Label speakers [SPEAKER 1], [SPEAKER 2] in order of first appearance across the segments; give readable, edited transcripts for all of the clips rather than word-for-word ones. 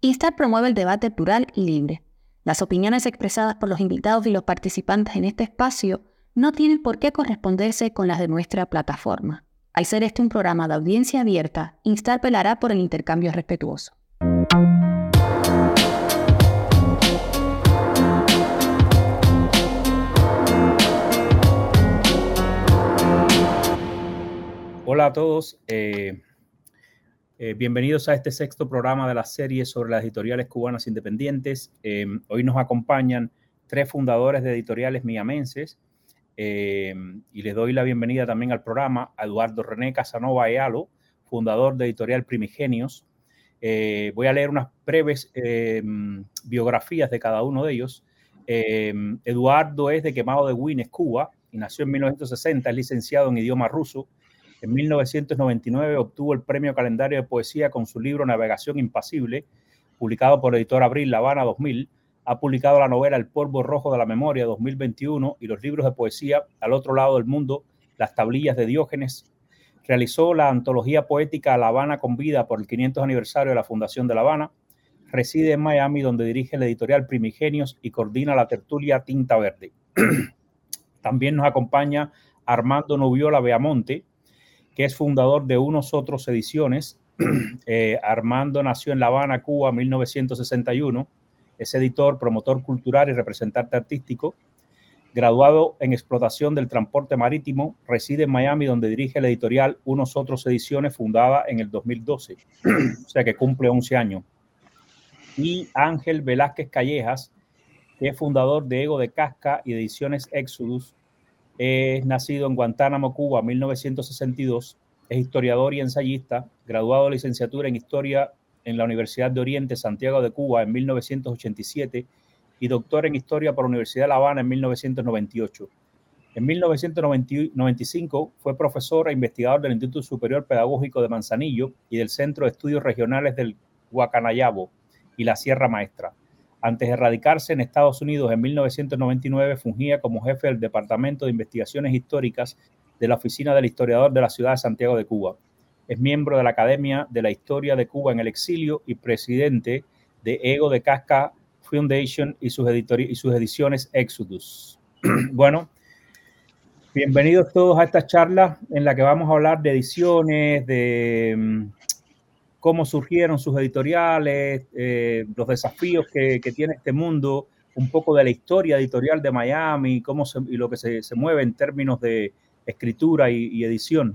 [SPEAKER 1] Instar promueve el debate plural y libre. Las opiniones expresadas por los invitados y los participantes en este espacio no tienen por qué corresponderse con las de nuestra plataforma. Al ser este un programa de audiencia abierta, Instar velará por el intercambio respetuoso.
[SPEAKER 2] Hola a todos, bienvenidos a este sexto programa de la serie sobre las editoriales cubanas independientes. Hoy nos acompañan tres fundadores de editoriales miamenses y les doy la bienvenida también al programa a Eduardo René Casanova Ayalo, fundador de Editorial Primigenios. Voy a leer unas breves biografías de cada uno de ellos. Eduardo es de Quemado de Güines, Cuba, y nació en 1960, es licenciado en idioma ruso. En 1999 obtuvo el Premio Calendario de Poesía con su libro Navegación Impasible, publicado por Editora Abril, La Habana 2000. Ha publicado la novela El polvo rojo de la memoria 2021 y los libros de poesía Al otro lado del mundo, Las tablillas de Diógenes. Realizó la antología poética La Habana con vida por el 500 aniversario de la Fundación de La Habana. Reside en Miami, donde dirige la editorial Primigenios y coordina la tertulia Tinta Verde. También nos acompaña Armando Nubiola Beamonte, que es fundador de Unos Otros Ediciones. Armando nació en La Habana, Cuba, en 1961. Es editor, promotor cultural y representante artístico. Graduado en explotación del transporte marítimo, reside en Miami, donde dirige la editorial Unos Otros Ediciones, fundada en el 2012. O sea que cumple 11 años. Y Ángel Velázquez Callejas, que es fundador de Ego de Casca y de Ediciones Exodus. Es nacido en Guantánamo, Cuba, en 1962. Es historiador y ensayista, graduado de licenciatura en Historia en la Universidad de Oriente, Santiago de Cuba, en 1987 y doctor en Historia por la Universidad de La Habana en 1998. En 1995 fue profesor e investigador del Instituto Superior Pedagógico de Manzanillo y del Centro de Estudios Regionales del Guacanayabo y la Sierra Maestra. Antes de radicarse en Estados Unidos en 1999, fungía como jefe del Departamento de Investigaciones Históricas de la Oficina del Historiador de la ciudad de Santiago de Cuba. Es miembro de la Academia de la Historia de Cuba en el Exilio y presidente de Ego de Casca Foundation y sus ediciones Exodus. Bueno, bienvenidos todos a esta charla en la que vamos a hablar de ediciones, de cómo surgieron sus editoriales, los desafíos que tiene este mundo, un poco de la historia editorial de Miami, y lo que se mueve en términos de escritura y edición.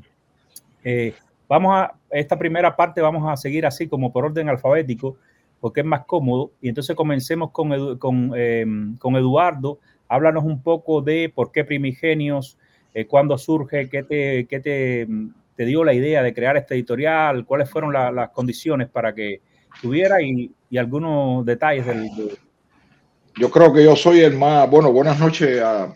[SPEAKER 2] Esta primera parte vamos a seguir así como por orden alfabético, porque es más cómodo, y entonces comencemos con Eduardo. Háblanos un poco de por qué Primigenios, cuándo surge, qué te dio la idea de crear esta editorial, cuáles fueron las condiciones para que tuviera y algunos detalles
[SPEAKER 3] Yo creo que yo soy el más... Bueno, buenas noches a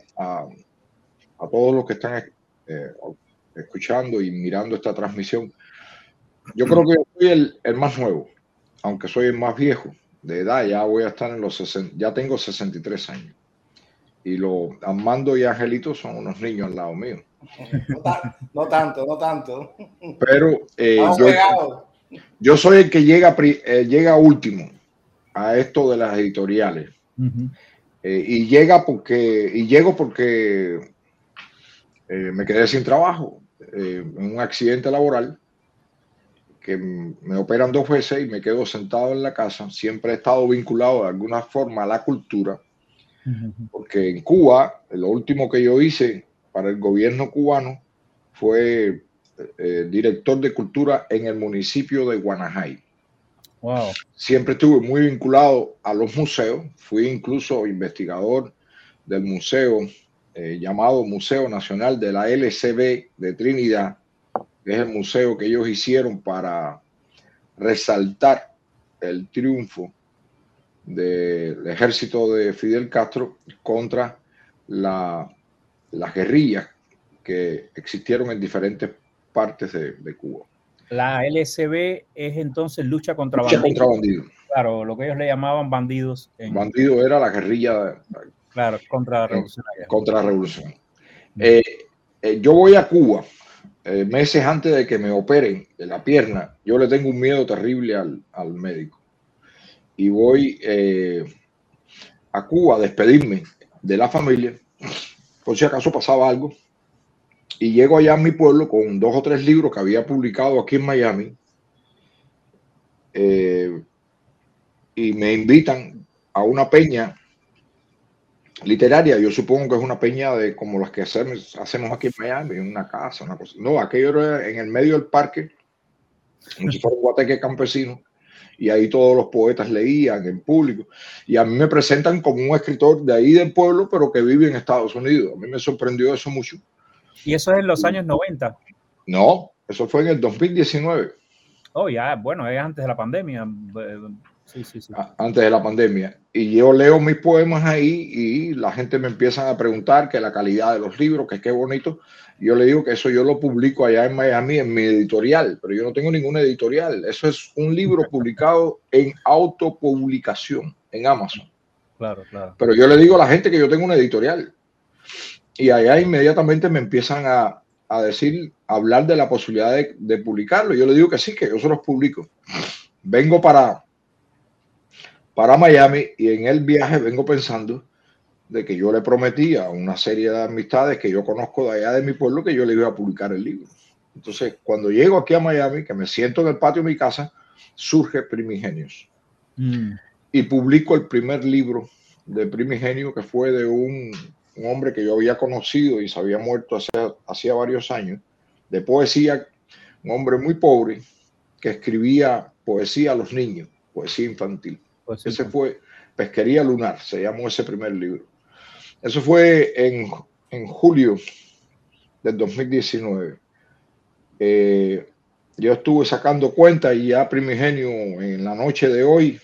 [SPEAKER 3] todos los que están escuchando y mirando esta transmisión. Yo creo que yo soy el más nuevo, aunque soy el más viejo de edad. Ya voy a estar en los 60, ya tengo 63 años. Y Armando y Angelito son unos niños al lado mío.
[SPEAKER 4] No tanto.
[SPEAKER 3] Pero yo soy el que llega último a esto de las editoriales. Y llego porque me quedé sin trabajo en un accidente laboral que me operan 2 veces y me quedo sentado en la casa. Siempre he estado vinculado de alguna forma a la cultura, porque en Cuba lo último que yo hice para el gobierno cubano fue director de cultura en el municipio de Guanajay.
[SPEAKER 2] Wow.
[SPEAKER 3] Siempre estuve muy vinculado a los museos. Fui incluso investigador del museo llamado Museo Nacional de la LCB de Trinidad, que es el museo que ellos hicieron para resaltar el triunfo del ejército de Fidel Castro contra las guerrillas que existieron en diferentes partes de Cuba.
[SPEAKER 2] La LCB es entonces lucha contra
[SPEAKER 3] bandidos.
[SPEAKER 2] Claro, lo que ellos le llamaban bandidos.
[SPEAKER 3] Bandido era la guerrilla.
[SPEAKER 2] Claro, contra la revolución.
[SPEAKER 3] Contra la revolución. Yo voy a Cuba meses antes de que me operen de la pierna. Yo le tengo un miedo terrible al médico. y voy a Cuba a despedirme de la familia, por si acaso pasaba algo. Y llego allá a mi pueblo con 2 o 3 libros que había publicado aquí en Miami. Y me invitan a una peña literaria. Yo supongo que es una peña de como las que hacemos aquí en Miami, en una casa, una cosa. No, aquello era en el medio del parque, como si fuera un guateque campesino. Y ahí todos los poetas leían en público. Y a mí me presentan como un escritor de ahí del pueblo, pero que vive en Estados Unidos. A mí me sorprendió eso mucho.
[SPEAKER 2] ¿Y eso es en los años 90?
[SPEAKER 3] No, eso fue en el 2019.
[SPEAKER 2] Oh, ya, bueno, es antes de la pandemia. Sí.
[SPEAKER 3] Antes de la pandemia. Y yo leo mis poemas ahí y la gente me empieza a preguntar que la calidad de los libros, que qué bonito. Yo le digo que eso yo lo publico allá en Miami en mi editorial, pero yo no tengo ninguna editorial. Eso es un libro publicado en autopublicación en Amazon.
[SPEAKER 2] Claro.
[SPEAKER 3] Pero yo le digo a la gente que yo tengo una editorial. Y allá inmediatamente me empiezan a hablar de la posibilidad de publicarlo. Yo le digo que sí, que yo se los publico. Vengo para Miami y en el viaje vengo pensando de que yo le prometí a una serie de amistades que yo conozco de allá de mi pueblo que yo le iba a publicar el libro. Entonces, cuando llego aquí a Miami, que me siento en el patio de mi casa, surge Primigenios. Y publico el primer libro de Primigenio, que fue de un hombre que yo había conocido y se había muerto hacía varios años, de poesía, un hombre muy pobre que escribía poesía a los niños, poesía infantil. Ese fue Pesquería Lunar, se llamó ese primer libro. Eso fue en julio del 2019. Yo estuve sacando cuentas y ya Primigenio en la noche de hoy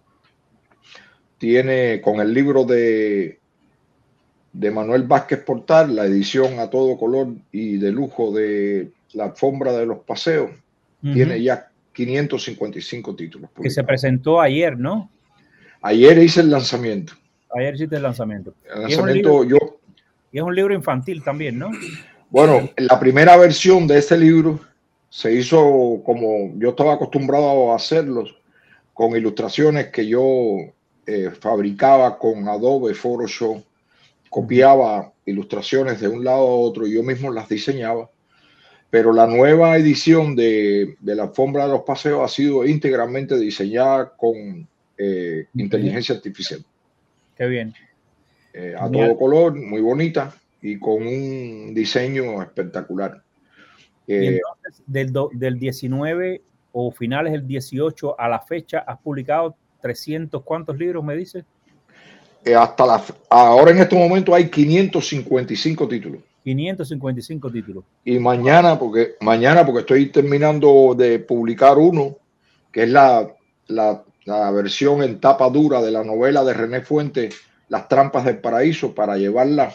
[SPEAKER 3] tiene con el libro de Manuel Vázquez Portal, la edición a todo color y de lujo de La Alfombra de los Paseos, tiene ya 555 títulos publicados.
[SPEAKER 2] Que se presentó ayer, ¿no?
[SPEAKER 3] Ayer hice el lanzamiento.
[SPEAKER 2] Ayer hiciste el lanzamiento.
[SPEAKER 3] Y
[SPEAKER 2] es un libro infantil también, ¿no?
[SPEAKER 3] Bueno, la primera versión de este libro se hizo como yo estaba acostumbrado a hacerlos, con ilustraciones que yo fabricaba con Adobe Photoshop, copiaba ilustraciones de un lado a otro y yo mismo las diseñaba. Pero la nueva edición de La Alfombra de los Paseos ha sido íntegramente diseñada con inteligencia artificial.
[SPEAKER 2] Qué bien.
[SPEAKER 3] A todo color, muy bonita y con un diseño espectacular.
[SPEAKER 2] Y entonces, del 19 o finales del 18 a la fecha, has publicado 300, ¿cuántos libros me dices?
[SPEAKER 3] Ahora en este momento hay 555 títulos.
[SPEAKER 2] 555 títulos.
[SPEAKER 3] Y mañana, porque estoy terminando de publicar uno, que es la versión en tapa dura de la novela de René Fuentes, Las Trampas del Paraíso, para llevarla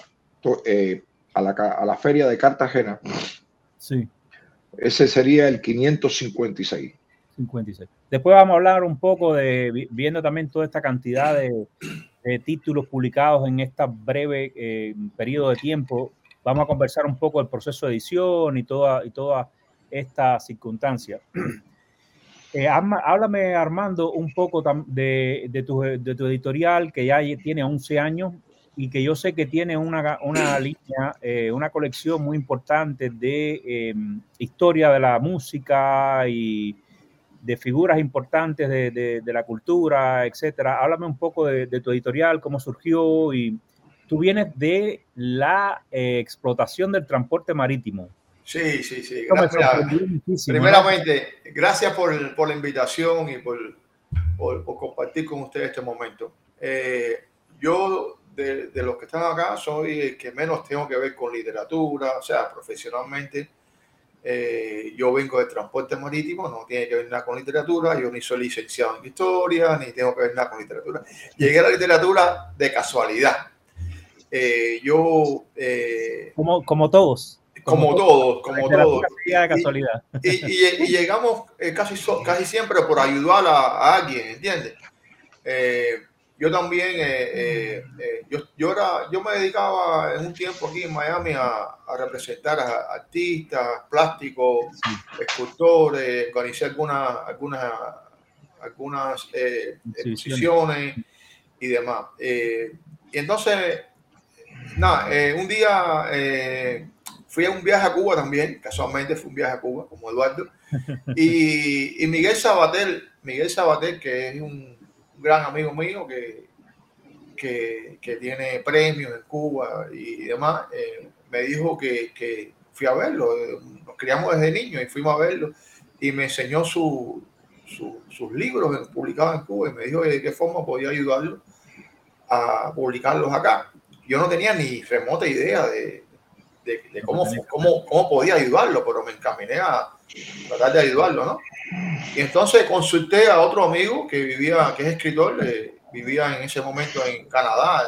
[SPEAKER 3] a la feria de Cartagena.
[SPEAKER 2] Sí.
[SPEAKER 3] Ese sería el 556.
[SPEAKER 2] 56. Después vamos a hablar un poco viendo también toda esta cantidad de títulos publicados en este breve periodo de tiempo. Vamos a conversar un poco del proceso de edición y toda esta circunstancia. Háblame, Armando, un poco de tu editorial, que ya tiene 11 años y que yo sé que tiene una línea, una colección muy importante de historia de la música y de figuras importantes de la cultura, etcétera. Háblame un poco de tu editorial, cómo surgió. Y tú vienes de la explotación del transporte marítimo.
[SPEAKER 4] Sí. Primeramente, gracias por la invitación y por compartir con ustedes este momento. Yo, de los que están acá, soy el que menos tengo que ver con literatura, o sea, profesionalmente. Yo vengo de transporte marítimo, no tiene que ver nada con literatura. Yo ni soy licenciado en historia, ni tengo que ver nada con literatura. Llegué a la literatura de casualidad.
[SPEAKER 2] Como todos.
[SPEAKER 4] Como todos.
[SPEAKER 2] De casualidad.
[SPEAKER 4] Y llegamos casi siempre por ayudar a alguien, ¿entiendes? Yo también, yo me dedicaba en un tiempo aquí en Miami a representar a artistas, plásticos, escultores, organizé algunas algunas exposiciones y demás. Y entonces, nada, un día fui a un viaje a Cuba también, casualmente fue un viaje a Cuba, como Eduardo, y Miguel Sabater, que es un gran amigo mío que tiene premios en Cuba y demás, me dijo que fui a verlo. Nos criamos desde niños y fuimos a verlo y me enseñó sus libros publicados en Cuba y me dijo de qué forma podía ayudarlo a publicarlos acá. Yo no tenía ni remota idea de cómo podía ayudarlo, pero me encaminé a tratar de ayudarlo, ¿no? Y entonces consulté a otro amigo que es escritor, vivía en ese momento en Canadá,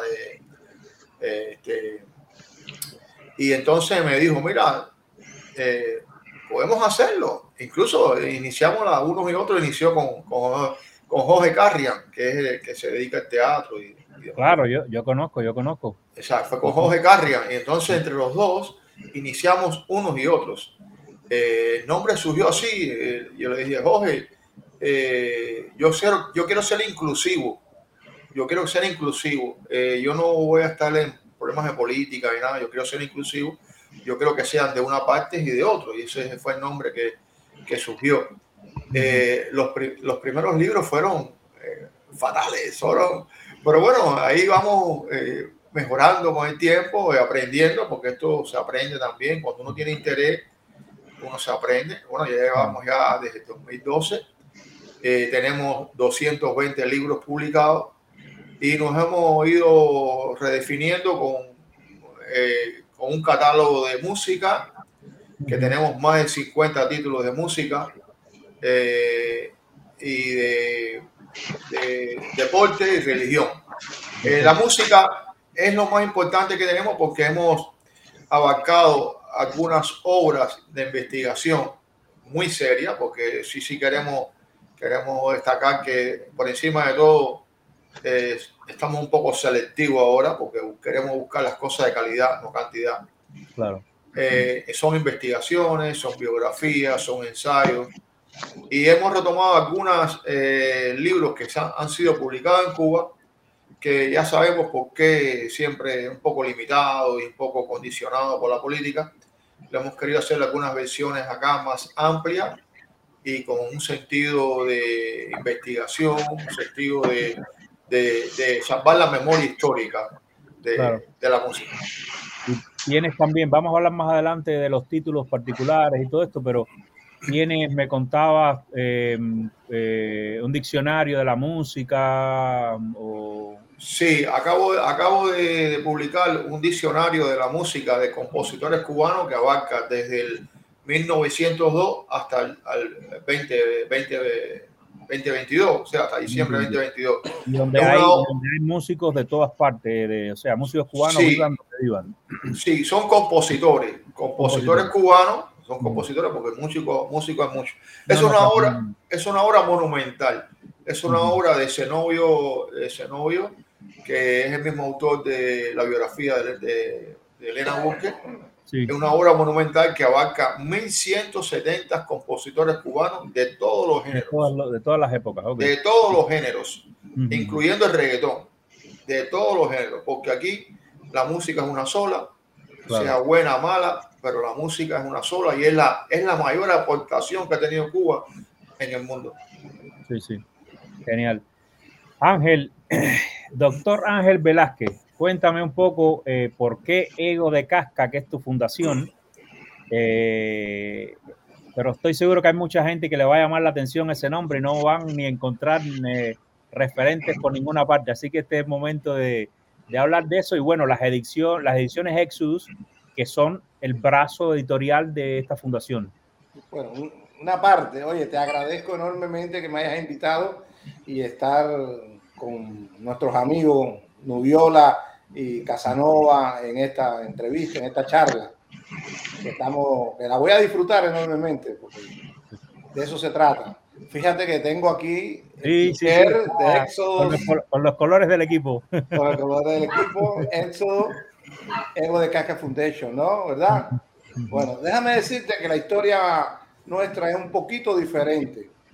[SPEAKER 4] y entonces me dijo, mira, podemos hacerlo. Incluso iniciamos unos y otros, inició con Jorge Carrian, que es el que se dedica al teatro.
[SPEAKER 2] Claro, yo conozco.
[SPEAKER 4] Exacto, fue con Jorge Carrian. Y entonces entre los dos iniciamos unos y otros. El nombre surgió así. Yo le dije, Jorge, yo quiero ser inclusivo. Yo no voy a estar en problemas de política ni nada. Yo quiero ser inclusivo. Yo creo que sean de una parte y de otro. Y ese fue el nombre que surgió. Los primeros libros fueron fatales. Pero bueno, ahí vamos mejorando con el tiempo, aprendiendo, porque esto se aprende también. Cuando uno tiene interés, uno se aprende. Bueno, ya llevamos desde 2012. Tenemos 220 libros publicados y nos hemos ido redefiniendo con un catálogo de música, que tenemos más de 50 títulos de música y de deporte y religión. La música es lo más importante que tenemos porque hemos abarcado algunas obras de investigación muy serias, porque sí queremos destacar que por encima de todo estamos un poco selectivos ahora porque queremos buscar las cosas de calidad, no cantidad.
[SPEAKER 2] Claro.
[SPEAKER 4] Son investigaciones, son biografías, son ensayos, y hemos retomado algunos libros que han sido publicados en Cuba, que ya sabemos por qué siempre un poco limitado y un poco condicionado por la política. Le hemos querido hacer algunas versiones acá más amplias y con un sentido de investigación, un sentido de salvar la memoria histórica de la música.
[SPEAKER 2] Y tienes también, vamos a hablar más adelante de los títulos particulares y todo esto, pero me contabas un diccionario de la música.
[SPEAKER 4] Sí, acabo de publicar un diccionario de la música de compositores cubanos que abarca desde el 1902 hasta el 2022, o sea, hasta diciembre de 2022.
[SPEAKER 2] Y donde hay músicos de todas partes, o sea, músicos cubanos,
[SPEAKER 4] sí,
[SPEAKER 2] vivan donde vivan.
[SPEAKER 4] Sí, son compositores cubanos, son compositores porque músicos hay muchos. Es una obra monumental, es una obra de Zenobio, que es el mismo autor de la biografía de Elena Burke. Sí. Es una obra monumental que abarca 1170 compositores cubanos de todos los géneros.
[SPEAKER 2] De todas las épocas. Okay.
[SPEAKER 4] De todos los géneros, incluyendo el reggaetón. De todos los géneros, porque aquí la música es una sola, claro, sea buena o mala, pero la música es una sola y es la mayor aportación que ha tenido Cuba en el mundo.
[SPEAKER 2] Sí. Genial. Ángel, doctor Ángel Velázquez, cuéntame un poco por qué Ego de Casca, que es tu fundación, pero estoy seguro que hay mucha gente que le va a llamar la atención ese nombre y no van ni a encontrar referentes por ninguna parte, así que este es el momento de hablar de eso. Y bueno, las ediciones Exodus, que son el brazo editorial de esta fundación.
[SPEAKER 5] Bueno, una parte, oye, te agradezco enormemente que me hayas invitado y estar con nuestros amigos Nubiola y Casanova en esta entrevista, en esta charla, que la voy a disfrutar enormemente, porque de eso se trata. Fíjate que tengo aquí
[SPEAKER 2] de Exodus, con los colores del equipo.
[SPEAKER 5] Con los colores del equipo, Exodus, Ego de Casca Foundation, ¿no? ¿Verdad? Bueno, déjame decirte que la historia nuestra es un poquito diferente.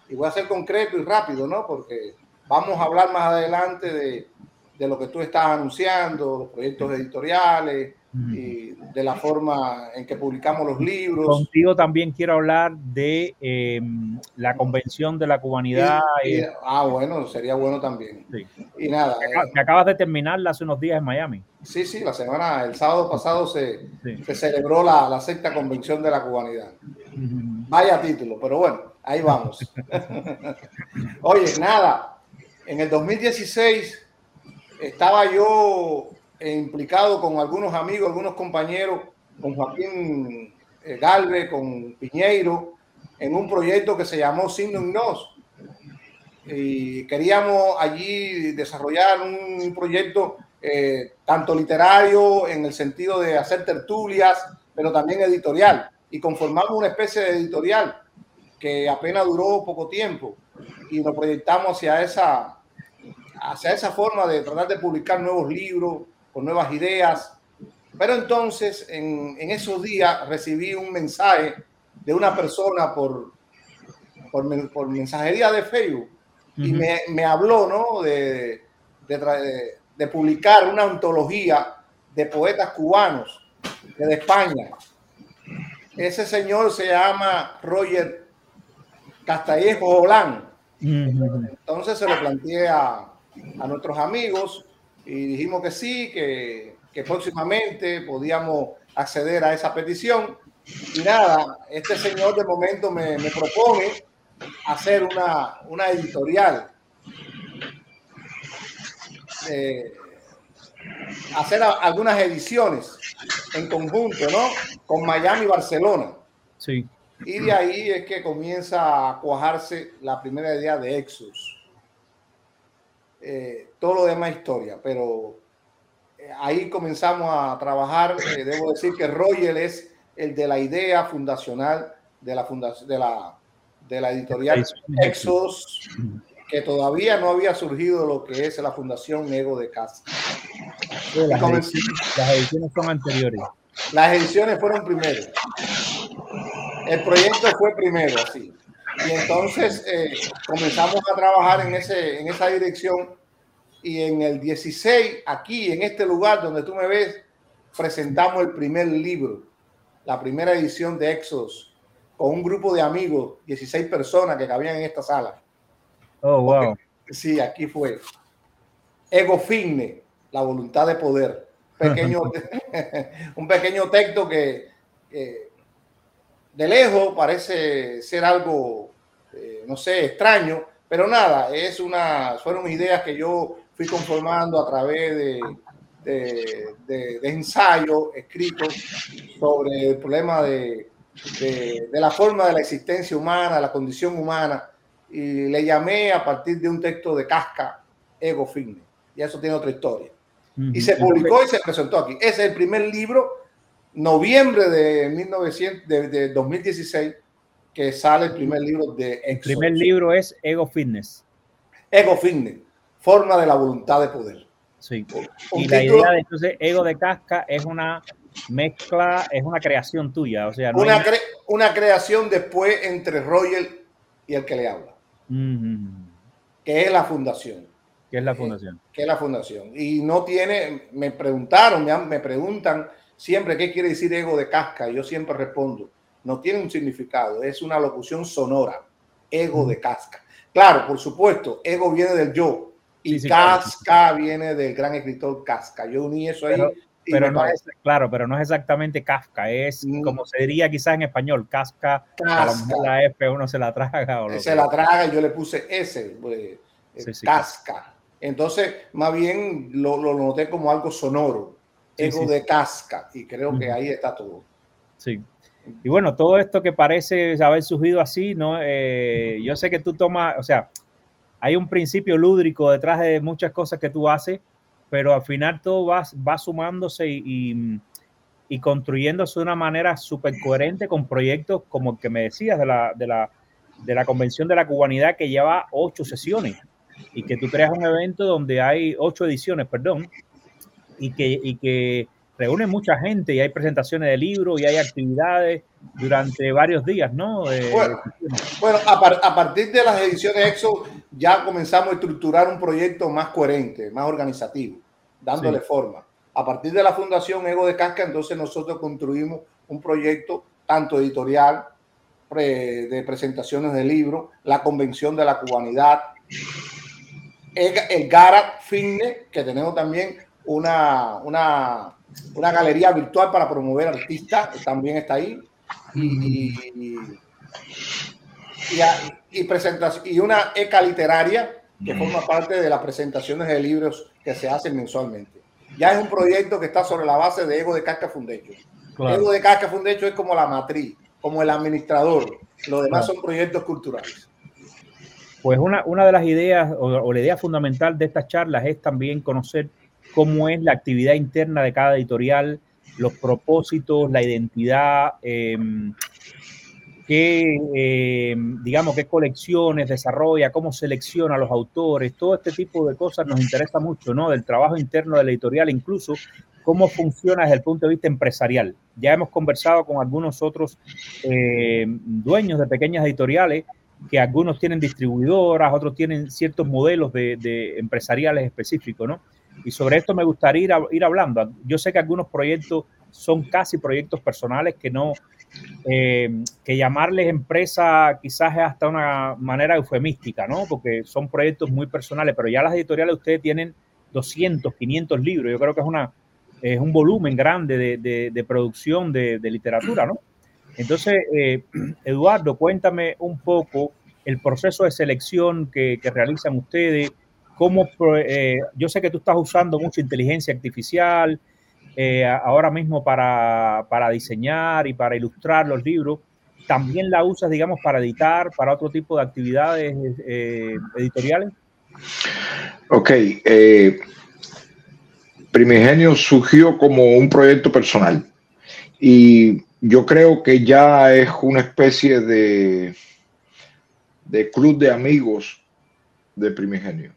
[SPEAKER 5] y voy a ser concreto y rápido, ¿no? Porque vamos a hablar más adelante de lo que tú estás anunciando, los proyectos editoriales y de la forma en que publicamos los libros.
[SPEAKER 2] Contigo también quiero hablar de la convención de la cubanidad.
[SPEAKER 5] Bueno, sería bueno también.
[SPEAKER 2] Sí.
[SPEAKER 5] Y nada.
[SPEAKER 2] Que acabas de terminarla hace unos días en Miami.
[SPEAKER 5] Sí, el sábado pasado se celebró la sexta convención de la cubanidad. Vaya título, pero bueno, ahí vamos. Oye, nada, en el 2016 estaba yo implicado con algunos amigos, algunos compañeros, con Joaquín Galvez, con Piñeiro, en un proyecto que se llamó Signum Nos. Y queríamos allí desarrollar un proyecto tanto literario, en el sentido de hacer tertulias, pero también editorial. Y conformamos una especie de editorial que apenas duró poco tiempo y nos proyectamos hacia esa forma de tratar de publicar nuevos libros con nuevas ideas. Pero entonces, en esos días, recibí un mensaje de una persona por mensajería de Facebook y me habló, ¿no? de publicar una antología de poetas cubanos de España. Ese señor se llama Roger Castellejo Olán. Entonces se lo planteé a nuestros amigos y dijimos que sí, que próximamente podíamos acceder a esa petición. Y nada, este señor de momento me propone hacer una editorial, hacer algunas ediciones en conjunto, ¿no? Con Miami y Barcelona.
[SPEAKER 2] Sí.
[SPEAKER 5] Y de ahí es que comienza a cuajarse la primera idea de Exodus. Todo lo demás historia, pero ahí comenzamos a trabajar. Debo decir que Roger es el de la idea fundacional de la editorial Exodus, que todavía no había surgido lo que es la Fundación Ego de Casca.
[SPEAKER 2] Las ediciones son anteriores.
[SPEAKER 5] Las ediciones fueron primero. El proyecto fue primero, así. Y entonces comenzamos a trabajar en esa dirección. Y en el 16, aquí en este lugar donde tú me ves, presentamos el primer libro, la primera edición de Exodus, con un grupo de amigos, 16 personas que cabían en esta sala.
[SPEAKER 2] Oh, wow.
[SPEAKER 5] Sí, aquí fue. Ego Fitness, la voluntad de poder. Un pequeño texto que de lejos parece ser algo, no sé, extraño, pero nada, fueron ideas que yo fui conformando a través de ensayos escritos sobre el problema de la forma de la existencia humana, la condición humana, y le llamé a partir de un texto de Kafka, Ego Fitness, y eso tiene otra historia. Y se publicó y se presentó aquí. Ese es el primer libro, noviembre de 2016, que sale el primer libro de Exodus.
[SPEAKER 2] El primer libro es Ego Fitness.
[SPEAKER 5] Ego Fitness, forma de la voluntad de poder.
[SPEAKER 2] Sí. Y la idea de entonces Ego de Casca es una mezcla, es una creación tuya, o sea, no
[SPEAKER 5] una creación después entre Roger y el que le habla, que es la fundación.
[SPEAKER 2] ¿Qué es la fundación?
[SPEAKER 5] Que es la fundación. Y no tiene, me preguntan siempre qué quiere decir Ego de Casca, y yo siempre respondo, no tiene un significado, es una locución sonora, Ego de Casca. Claro, por supuesto, ego viene del yo y Casca viene del gran escritor Kafka. Yo uní eso ahí.
[SPEAKER 2] Pero no es, claro, pero no es exactamente Kafka, es como se diría quizás en español, Casca. A lo mejor la F uno se la traga.
[SPEAKER 5] La traga y yo le puse S, Casca. Entonces, más bien lo noté como algo sonoro, ego de Casca, y creo que ahí está todo.
[SPEAKER 2] Sí. Y bueno, todo esto que parece haber surgido así, ¿no? Yo sé que tú tomas, o sea, hay un principio lúdico detrás de muchas cosas que tú haces, pero al final todo va sumándose y construyéndose de una manera súper coherente con proyectos como el que me decías de la Convención de la Cubanidad, que lleva 8 sesiones y que tú creas un evento donde hay 8 ediciones, perdón, y que reúne mucha gente y hay presentaciones de libros y hay actividades durante varios días, ¿no?
[SPEAKER 5] Bueno, a partir de las ediciones EXO ya comenzamos a estructurar un proyecto más coherente, más organizativo, dándole forma. A partir de la Fundación Ego de Casca, entonces nosotros construimos un proyecto tanto editorial, de presentaciones de libros, la Convención de la Cubanidad, el Gara Fitness, que tenemos también una galería virtual para promover artistas, también está ahí, y una ECA literaria que forma parte de las presentaciones de libros que se hacen mensualmente. Ya es un proyecto que está sobre la base de Ego de Casca Foundation. Claro. Ego de Casca Foundation es como la matriz, como el administrador. Los demás son proyectos culturales.
[SPEAKER 2] Pues una de las ideas o la idea fundamental de estas charlas es también conocer cómo es la actividad interna de cada editorial, los propósitos, la identidad, digamos, qué colecciones desarrolla, cómo selecciona a los autores, todo este tipo de cosas nos interesa mucho, ¿no? Del trabajo interno de la editorial, incluso cómo funciona desde el punto de vista empresarial. Ya hemos conversado con algunos otros dueños de pequeñas editoriales, que algunos tienen distribuidoras, otros tienen ciertos modelos de empresariales específicos, ¿no? Y sobre esto me gustaría ir hablando. Yo sé que algunos proyectos son casi proyectos personales que no, que llamarles empresa quizás es hasta una manera eufemística, ¿no? Porque son proyectos muy personales, pero ya las editoriales ustedes tienen 200, 500 libros. Yo creo que es un volumen grande de producción de literatura, ¿no? Entonces, Eduardo, cuéntame un poco el proceso de selección que realizan ustedes. Yo sé que tú estás usando mucha inteligencia artificial ahora mismo para diseñar y para ilustrar los libros. ¿También la usas, digamos, para editar, para otro tipo de actividades editoriales?
[SPEAKER 3] Ok. Primigenio surgió como un proyecto personal y yo creo que ya es una especie de club de amigos de Primigenio.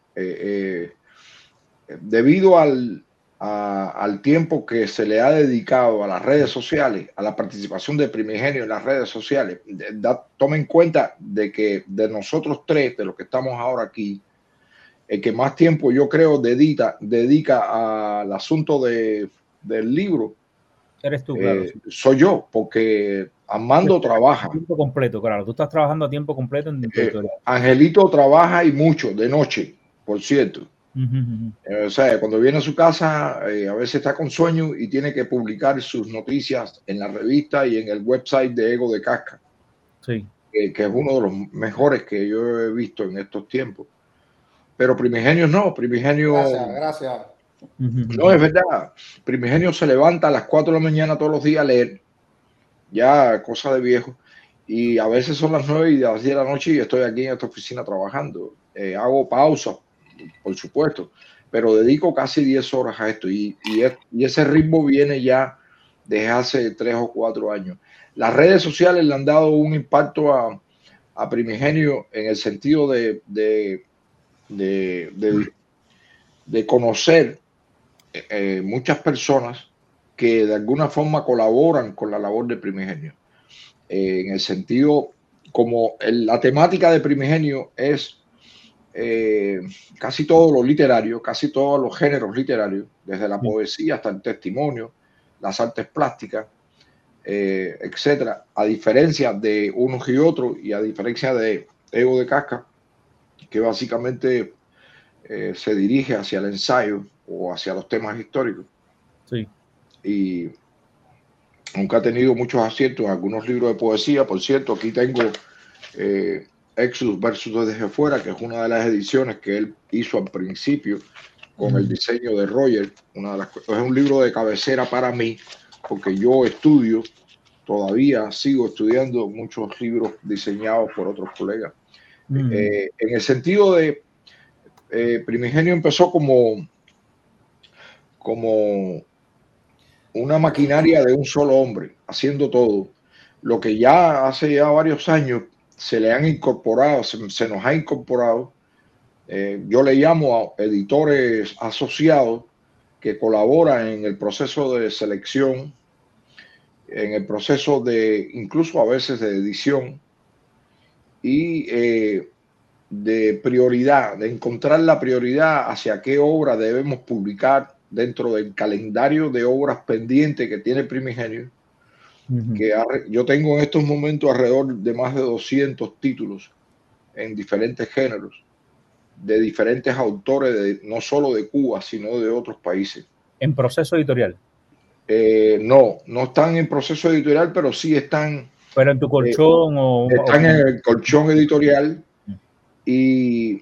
[SPEAKER 3] Debido al tiempo que se le ha dedicado a las redes sociales, a la participación de Primigenio en las redes sociales, toma en cuenta de que de nosotros tres, de los que estamos ahora aquí, el que más tiempo yo creo dedica al asunto del libro,
[SPEAKER 2] eres tú, claro.
[SPEAKER 3] Soy yo, porque Armando trabaja.
[SPEAKER 2] A tiempo completo, claro. Tú estás trabajando a tiempo completo en tu editorial.
[SPEAKER 3] Angelito trabaja y mucho, de noche, por cierto. O sea, cuando viene a su casa, a veces está con sueño y tiene que publicar sus noticias en la revista y en el website de Ego de Casca.
[SPEAKER 2] Sí.
[SPEAKER 3] Que es uno de los mejores que yo he visto en estos tiempos. Pero Primigenio no, Primigenio...
[SPEAKER 5] Gracias.
[SPEAKER 3] No, es verdad. Primigenio se levanta a las 4 de la mañana todos los días a leer. Ya, cosa de viejo. Y a veces son las 9 y las 10 de la noche y estoy aquí en esta oficina trabajando. Hago pausas, por supuesto, pero dedico casi 10 horas a esto. Y ese ritmo viene ya desde hace 3 o 4 años. Las redes sociales le han dado un impacto a Primigenio en el sentido de conocer muchas personas que de alguna forma colaboran con la labor de Primigenio. En el sentido, como la temática de Primigenio es casi todo lo literario, casi todos los géneros literarios, desde la poesía hasta el testimonio, las artes plásticas, etcétera, a diferencia de unos y otros y a diferencia de Ego de Casca, que básicamente se dirige hacia el ensayo o hacia los temas históricos.
[SPEAKER 2] Sí.
[SPEAKER 3] Y aunque ha tenido muchos aciertos en algunos libros de poesía, por cierto, aquí tengo Exodus versus Desde Fuera, que es una de las ediciones que él hizo al principio con el diseño de Roger. Es un libro de cabecera para mí, porque yo todavía sigo estudiando muchos libros diseñados por otros colegas. En el sentido de Primigenio empezó como una maquinaria de un solo hombre, haciendo todo. Lo que ya hace varios años se le han incorporado, se nos ha incorporado, yo le llamo a editores asociados, que colabora en el proceso de selección, en el proceso de, incluso a veces de edición y de prioridad, de encontrar la prioridad hacia qué obra debemos publicar dentro del calendario de obras pendientes que tiene Primigenio. Que yo tengo en estos momentos alrededor de más de 200 títulos en diferentes géneros, de diferentes autores, no solo de Cuba, sino de otros países.
[SPEAKER 2] ¿En proceso editorial?
[SPEAKER 3] No están en proceso editorial, pero sí están...
[SPEAKER 2] ¿Pero en tu colchón
[SPEAKER 3] están en el colchón editorial y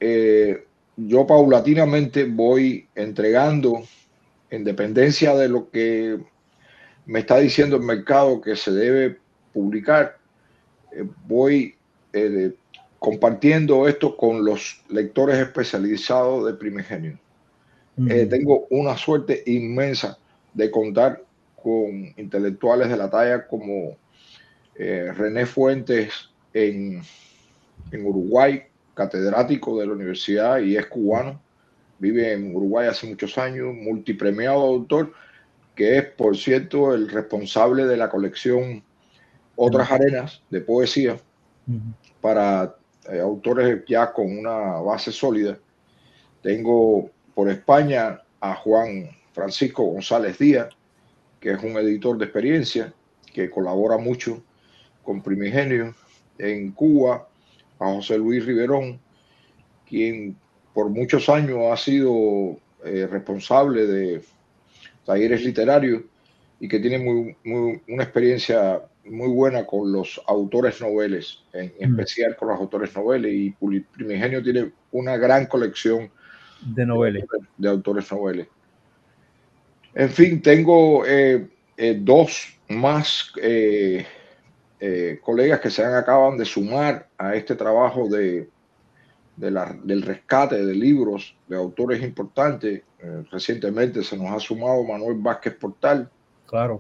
[SPEAKER 3] yo paulatinamente voy entregando, en dependencia de lo que me está diciendo el mercado que se debe publicar, voy compartiendo esto con los lectores especializados de Primigenio. Tengo una suerte inmensa de contar con intelectuales de la talla como René Fuentes en Uruguay, catedrático de la universidad y es cubano, vive en Uruguay hace muchos años, multipremiado autor, que es, por cierto, el responsable de la colección Otras Arenas de poesía para autores ya con una base sólida. Tengo por España a Juan Francisco González Díaz, que es un editor de experiencia, que colabora mucho con Primigenio. En Cuba, a José Luis Riverón, quien por muchos años ha sido responsable de talleres literarios y que tiene una experiencia muy buena con los autores noveles, en especial con los autores noveles, y Primigenio tiene una gran colección
[SPEAKER 2] de noveles.
[SPEAKER 3] De autores noveles. En fin, tengo dos más colegas que acaban de sumar a este trabajo del rescate de libros de autores importantes. Recientemente se nos ha sumado Manuel Vázquez Portal.
[SPEAKER 2] Claro.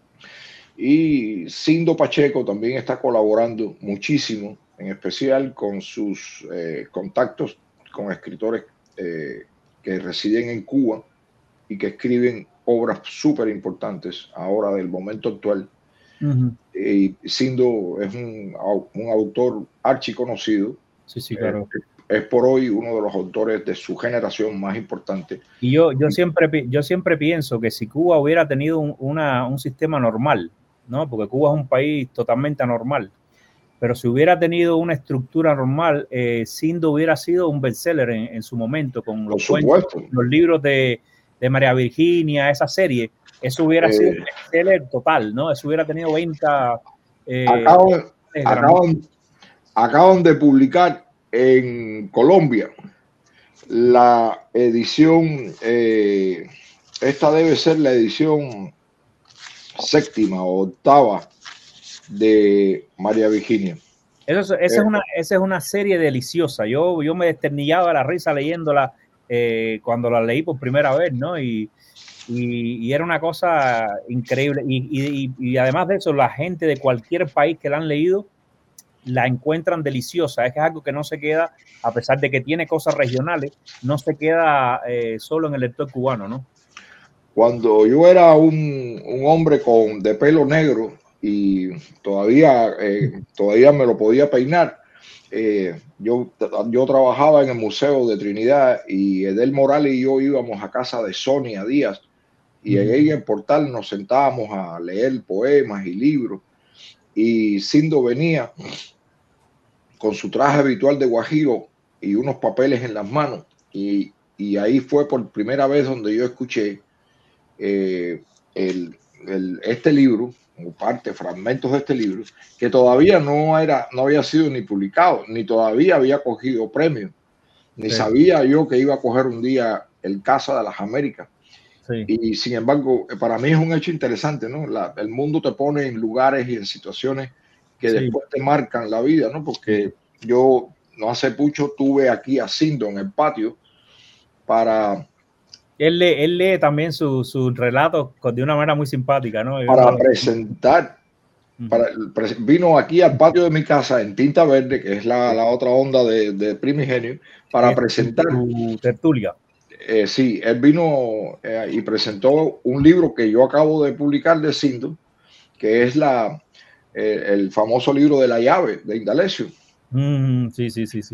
[SPEAKER 3] Y Cindo Pacheco también está colaborando muchísimo, en especial con sus contactos con escritores que residen en Cuba y que escriben obras súper importantes ahora del momento actual. Y Cindo es un autor archiconocido.
[SPEAKER 2] Sí, claro.
[SPEAKER 3] Es por hoy uno de los autores de su generación más importante.
[SPEAKER 2] Y yo siempre pienso que si Cuba hubiera tenido un sistema normal, ¿no? Porque Cuba es un país totalmente anormal, pero si hubiera tenido una estructura normal, Cindo hubiera sido un bestseller en su momento, con los cuentos, los libros de María Virginia, esa serie. Eso hubiera sido un bestseller total, ¿no? Eso hubiera tenido venta.
[SPEAKER 3] Acaban de publicar en Colombia la edición, esta debe ser la edición séptima o octava de María Virginia.
[SPEAKER 2] Esa es una serie deliciosa. Yo me desternillaba la risa leyéndola cuando la leí por primera vez, ¿no? Y era una cosa increíble. Y además de eso, la gente de cualquier país que la han leído la encuentran deliciosa. Es que es algo que no se queda, a pesar de que tiene cosas regionales, no se queda solo en el lector cubano, ¿no?
[SPEAKER 3] Cuando yo era un hombre de pelo negro y todavía me lo podía peinar, yo trabajaba en el Museo de Trinidad y Edel Morales y yo íbamos a casa de Sonia Díaz y ahí en el portal nos sentábamos a leer poemas y libros, y Cindo venía con su traje habitual de guajiro y unos papeles en las manos, y ahí fue por primera vez donde yo escuché este libro, o fragmentos de este libro, que todavía no había sido ni publicado, ni todavía había cogido premio, ni sabía yo que iba a coger un día el Casa de las Américas. Sí. Y sin embargo, para mí es un hecho interesante, ¿no? El mundo te pone en lugares y en situaciones que después te marcan la vida, ¿no? Porque yo no hace mucho tuve aquí a Cindo en el patio para...
[SPEAKER 2] Él lee también sus relatos de una manera muy simpática, ¿no?
[SPEAKER 3] Para presentar, vino aquí al patio de mi casa en tinta verde, que es la otra onda de Primigenio, para presentar
[SPEAKER 2] su tertulia.
[SPEAKER 3] Sí, él vino y presentó un libro que yo acabo de publicar de Cinto, que es el famoso libro de la llave de Indalecio.
[SPEAKER 2] Sí.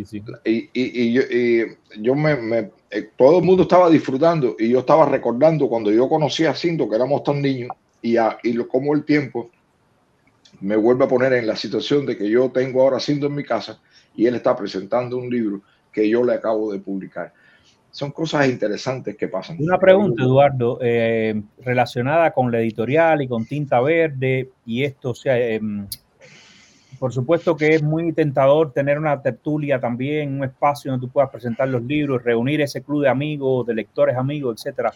[SPEAKER 3] Y todo el mundo estaba disfrutando y yo estaba recordando cuando yo conocí a Cinto, que éramos tan niños, como el tiempo me vuelve a poner en la situación de que yo tengo ahora Cinto en mi casa y él está presentando un libro que yo le acabo de publicar. Son cosas interesantes que pasan.
[SPEAKER 2] Una pregunta, Eduardo, relacionada con la editorial y con Tinta Verde y esto, o sea, por supuesto que es muy tentador tener una tertulia también, un espacio donde tú puedas presentar los libros, reunir ese club de amigos, de lectores amigos, etcétera.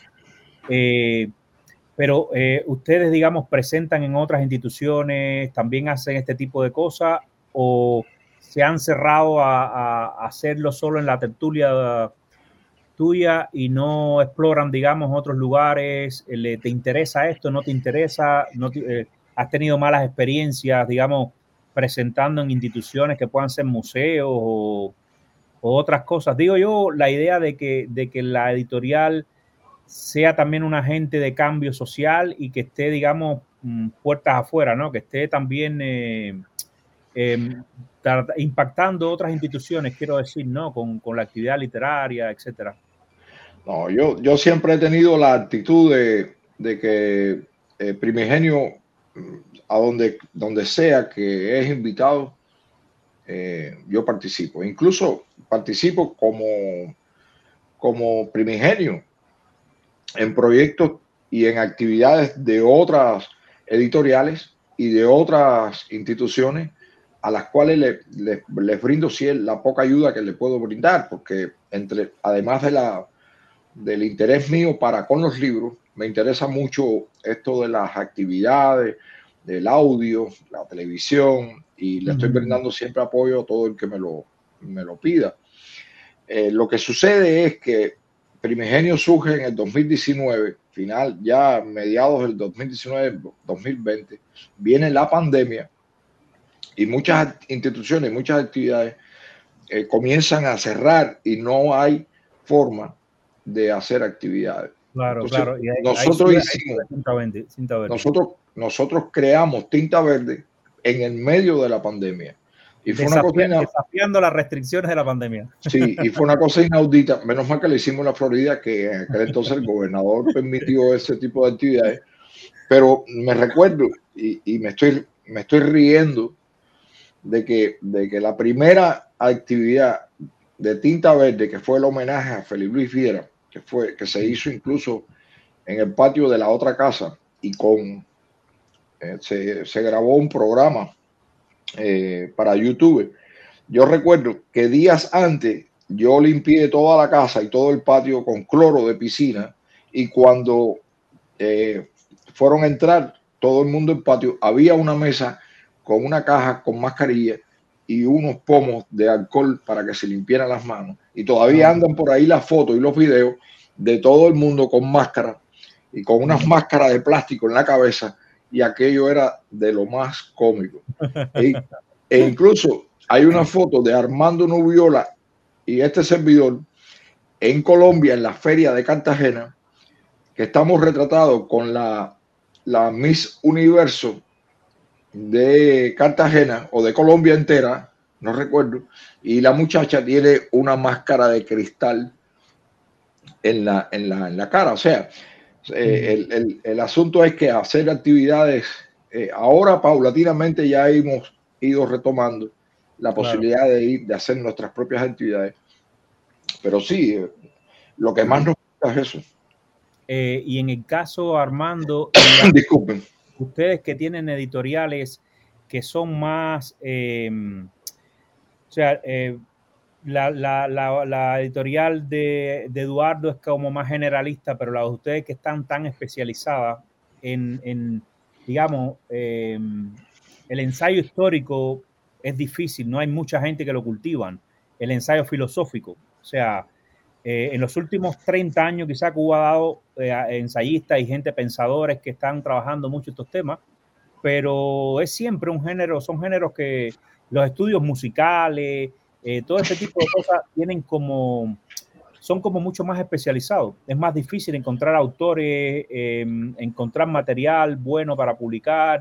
[SPEAKER 2] Pero ustedes, digamos, presentan en otras instituciones, también hacen este tipo de cosas, o se han cerrado a hacerlo solo en la tertulia tuya y no exploran, digamos, otros lugares. ¿Te interesa esto? ¿No te interesa? ¿Has tenido malas experiencias, digamos, presentando en instituciones que puedan ser museos o otras cosas? Digo yo, la idea de que la editorial sea también un agente de cambio social y que esté, digamos, puertas afuera, ¿no? Que esté también impactando otras instituciones, quiero decir, ¿no? Con la actividad literaria, etcétera.
[SPEAKER 3] No, yo siempre he tenido la actitud de que Primigenio, a donde sea que es invitado, yo participo. Incluso participo como Primigenio en proyectos y en actividades de otras editoriales y de otras instituciones a las cuales les brindo la poca ayuda que les puedo brindar, porque además del interés mío con los libros, me interesa mucho esto de las actividades, del audio, la televisión, y le estoy brindando siempre apoyo a todo el que me lo pida. Lo que sucede es que Primigenio surge en el 2019, ya mediados del 2019-2020, viene la pandemia y muchas instituciones, muchas actividades comienzan a cerrar y no hay forma de hacer actividades.
[SPEAKER 2] Claro,
[SPEAKER 3] entonces,
[SPEAKER 2] claro. Y
[SPEAKER 3] nosotros creamos Tinta Verde en el medio de la pandemia. Y fue
[SPEAKER 2] desafiando las restricciones de la pandemia.
[SPEAKER 3] Sí, y fue una cosa inaudita. Menos mal que le hicimos en la Florida, que en aquel entonces el gobernador permitió ese tipo de actividades. Pero me recuerdo y me estoy riendo de que la primera actividad de Tinta Verde, que fue el homenaje a Félix Luis Viera, que se hizo incluso en el patio de la otra casa y se grabó un programa para YouTube. Yo recuerdo que días antes yo limpié toda la casa y todo el patio con cloro de piscina, y cuando fueron a entrar todo el mundo en patio, había una mesa con una caja con mascarilla y unos pomos de alcohol para que se limpiaran las manos, y todavía andan por ahí las fotos y los videos de todo el mundo con máscara y con unas máscaras de plástico en la cabeza, y aquello era de lo más cómico. E incluso hay una foto de Armando Nubiola y este servidor en Colombia, en la feria de Cartagena, que estamos retratados con la Miss Universo de Cartagena o de Colombia entera, no recuerdo, y la muchacha tiene una máscara de cristal en la cara. O sea, el asunto es que hacer actividades, ahora paulatinamente ya hemos ido retomando la posibilidad de hacer nuestras propias actividades, pero sí, lo que más nos gusta es eso.
[SPEAKER 2] Y en el caso, Armando,
[SPEAKER 3] disculpen,
[SPEAKER 2] ustedes que tienen editoriales que son más, o sea, la editorial de Eduardo es como más generalista, pero la de ustedes que están tan especializadas en digamos, el ensayo histórico es difícil, no hay mucha gente que lo cultivan. El ensayo filosófico, o sea, en los últimos 30 años quizá Cuba ha dado ensayistas y gente pensadores que están trabajando mucho estos temas, pero es siempre un género, son géneros que los estudios musicales, todo este tipo de cosas tienen como son como mucho más especializados. Es más difícil encontrar autores, encontrar material bueno para publicar.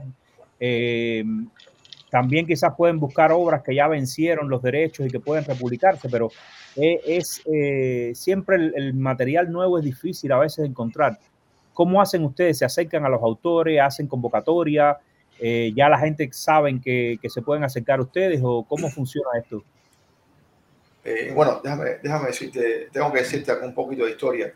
[SPEAKER 2] También quizás pueden buscar obras que ya vencieron los derechos y que pueden republicarse, pero siempre el material nuevo es difícil a veces de encontrar. ¿Cómo hacen ustedes? ¿Se acercan a los autores? ¿Hacen convocatoria? ¿Ya la gente sabe que se pueden acercar a ustedes? ¿O cómo funciona esto?
[SPEAKER 4] Bueno, déjame decirte, tengo que decirte un poquito de historia.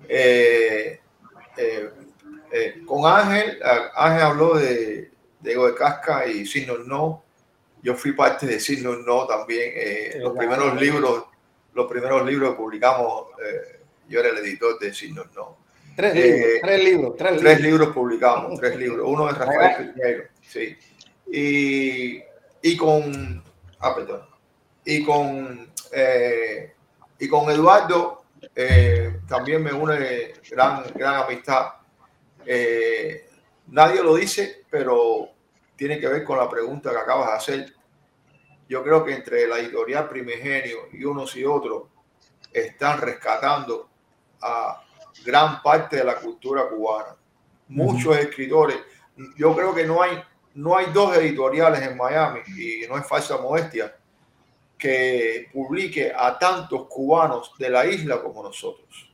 [SPEAKER 4] Con Ángel habló de Ego de Casca y Signos No. Yo fui parte de Signos No también. Los primeros libros que publicamos, yo era el editor de Signos No. Tres libros publicamos, 3 libros. Uno de Rafael Piñeiro, sí. Y con Eduardo también me une gran amistad. Nadie lo dice, pero tiene que ver con la pregunta que acabas de hacer. Yo creo que entre la editorial Primigenio y unos y otros están rescatando a gran parte de la cultura cubana. Muchos escritores. Yo creo que no hay 2 editoriales en Miami, y no es falsa modestia, que publique a tantos cubanos de la isla como nosotros.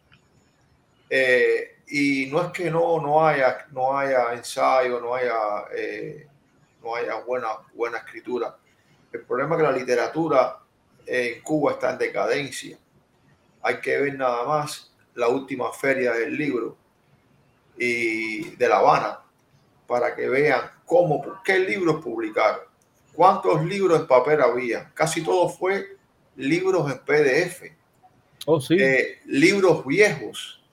[SPEAKER 4] Y no es que no haya ensayo, no haya buena escritura. El problema es que la literatura en Cuba está en decadencia. Hay que ver nada más la última feria del libro y de La Habana para que vean qué libros publicaron, cuántos libros en papel había. Casi todo fue libros en PDF.
[SPEAKER 2] Oh, sí.
[SPEAKER 4] Libros viejos.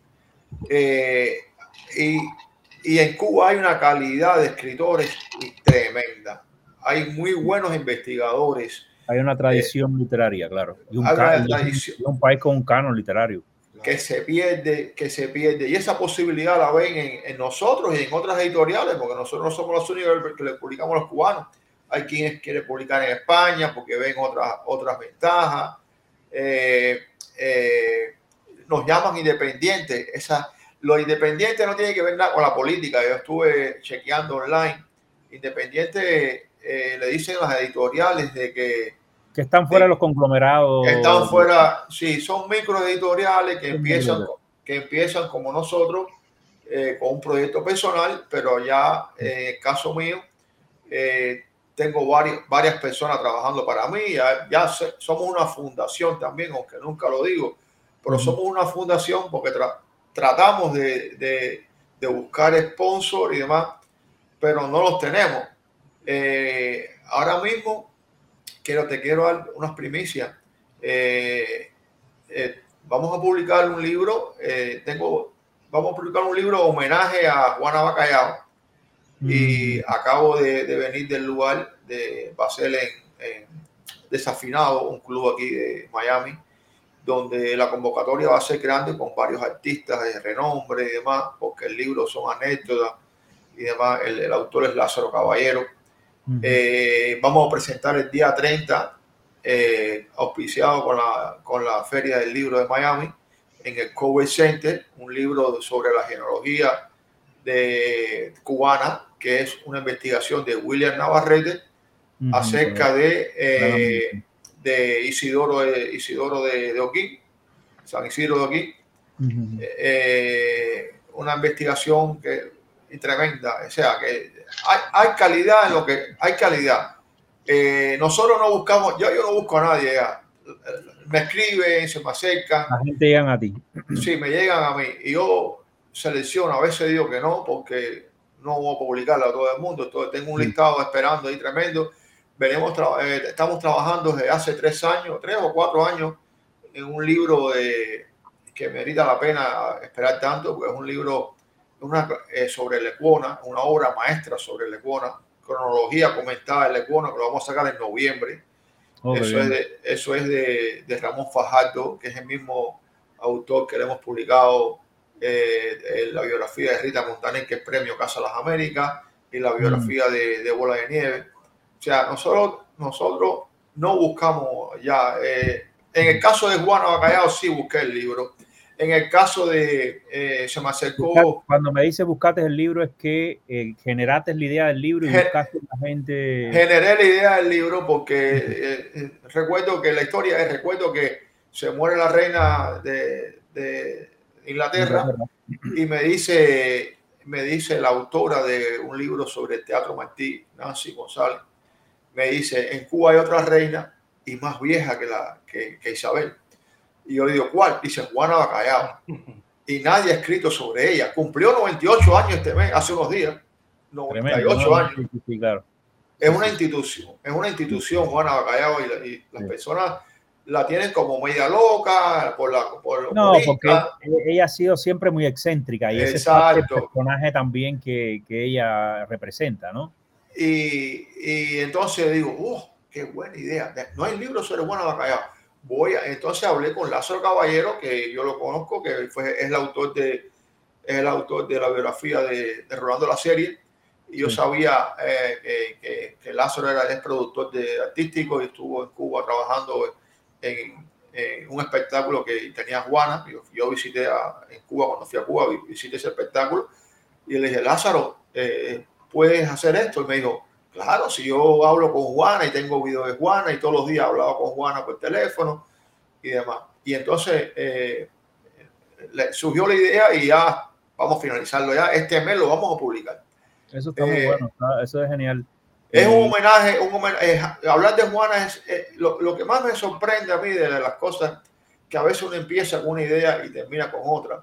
[SPEAKER 4] Y en Cuba hay una calidad de escritores tremenda. Hay muy buenos investigadores.
[SPEAKER 2] Hay una tradición literaria, claro. Y un país con un canon literario.
[SPEAKER 4] Que se pierde. Y esa posibilidad la ven en nosotros y en otras editoriales, porque nosotros no somos los únicos que le publicamos a los cubanos. Hay quienes quieren publicar en España porque ven otras ventajas. Nos llaman independientes. Los independientes no tienen que ver nada con la política. Yo estuve chequeando online. Independientes le dicen a las editoriales de que
[SPEAKER 2] están fuera de los conglomerados.
[SPEAKER 4] Que están fuera, sí, son microeditoriales que empiezan como nosotros con un proyecto personal, pero ya en el caso mío tengo varias personas trabajando para mí. Ya somos una fundación también, aunque nunca lo digo, pero somos una fundación porque tratamos de buscar sponsor y demás, pero no los tenemos. Ahora mismo te quiero dar unas primicias. Vamos a publicar un libro. Vamos a publicar un libro homenaje a Juana Bacallao. Y acabo de venir del lugar va a ser en Desafinado, un club aquí de Miami, donde la convocatoria va a ser grande con varios artistas de renombre y demás, porque el libro son anécdotas y demás. El autor es Lázaro Caballero. Vamos a presentar el día 30, auspiciado con la Feria del Libro de Miami, en el Cover Center, un libro sobre la genealogía cubana, que es una investigación de William Navarrete acerca de Isidoro de Oquín, San Isidro de Oquín. Una investigación tremenda. O sea, que hay calidad en lo que hay calidad. Nosotros no buscamos, yo no busco a nadie ya. Me escriben, se me acercan.
[SPEAKER 2] La gente llegan a ti.
[SPEAKER 4] Sí, me llegan a mí. Y yo selecciono, a veces digo que no, porque no voy a publicarla a todo el mundo. Entonces tengo un listado esperando ahí tremendo. Estamos trabajando desde hace 3 o 4 años en un libro que merita la pena esperar tanto, porque es un libro sobre Lecuona, una obra maestra sobre Lecuona, cronología comentada de Lecuona, que lo vamos a sacar en noviembre. Eso es de Ramón Fajardo, que es el mismo autor que le hemos publicado la biografía de Rita Montaner, que es premio Casa Las Américas, y la biografía de Bola de Nieve. O sea, nosotros no buscamos ya En el caso de Juana Bacallao sí busqué el libro. En el caso de se me acercó.
[SPEAKER 2] Cuando me dice buscaste el libro, es que generaste la idea del libro y buscaste a la gente.
[SPEAKER 4] Generé la idea del libro porque recuerdo que la historia es, recuerdo que se muere la reina de Inglaterra y me dice la autora de un libro sobre el teatro Martí, Nancy González, me dice, en Cuba hay otra reina y más vieja que Isabel. Y yo le digo, ¿cuál? Dice Juana Bacallao. Y nadie ha escrito sobre ella. Cumplió 98 años este mes, hace unos días. 98 años.
[SPEAKER 2] Sí, claro.
[SPEAKER 4] Es una institución, Juana Bacallao, y las personas la tienen como media loca
[SPEAKER 2] no, porque ella ha sido siempre muy excéntrica y ese es el personaje también que ella representa, ¿no?
[SPEAKER 4] Y entonces digo, qué buena idea. No hay libro sobre Juana Bacallao. Entonces hablé con Lázaro Caballero, que yo lo conozco, que es el autor de la biografía de Rolando la Serie. Y yo sabía que Lázaro es productor artístico y estuvo en Cuba trabajando en un espectáculo que tenía Juana. Yo visité en Cuba, cuando fui a Cuba, visité ese espectáculo. Y le dije, Lázaro, ¿puedes hacer esto? Y me dijo, claro, si yo hablo con Juana y tengo videos de Juana y todos los días hablaba con Juana por teléfono y demás. Y entonces surgió la idea y ya vamos a finalizarlo ya. Este mes lo vamos a publicar.
[SPEAKER 2] Eso está muy bueno, eso es genial.
[SPEAKER 4] Es un homenaje, hablar de Juana es lo que más me sorprende a mí de las cosas, que a veces uno empieza con una idea y termina con otra.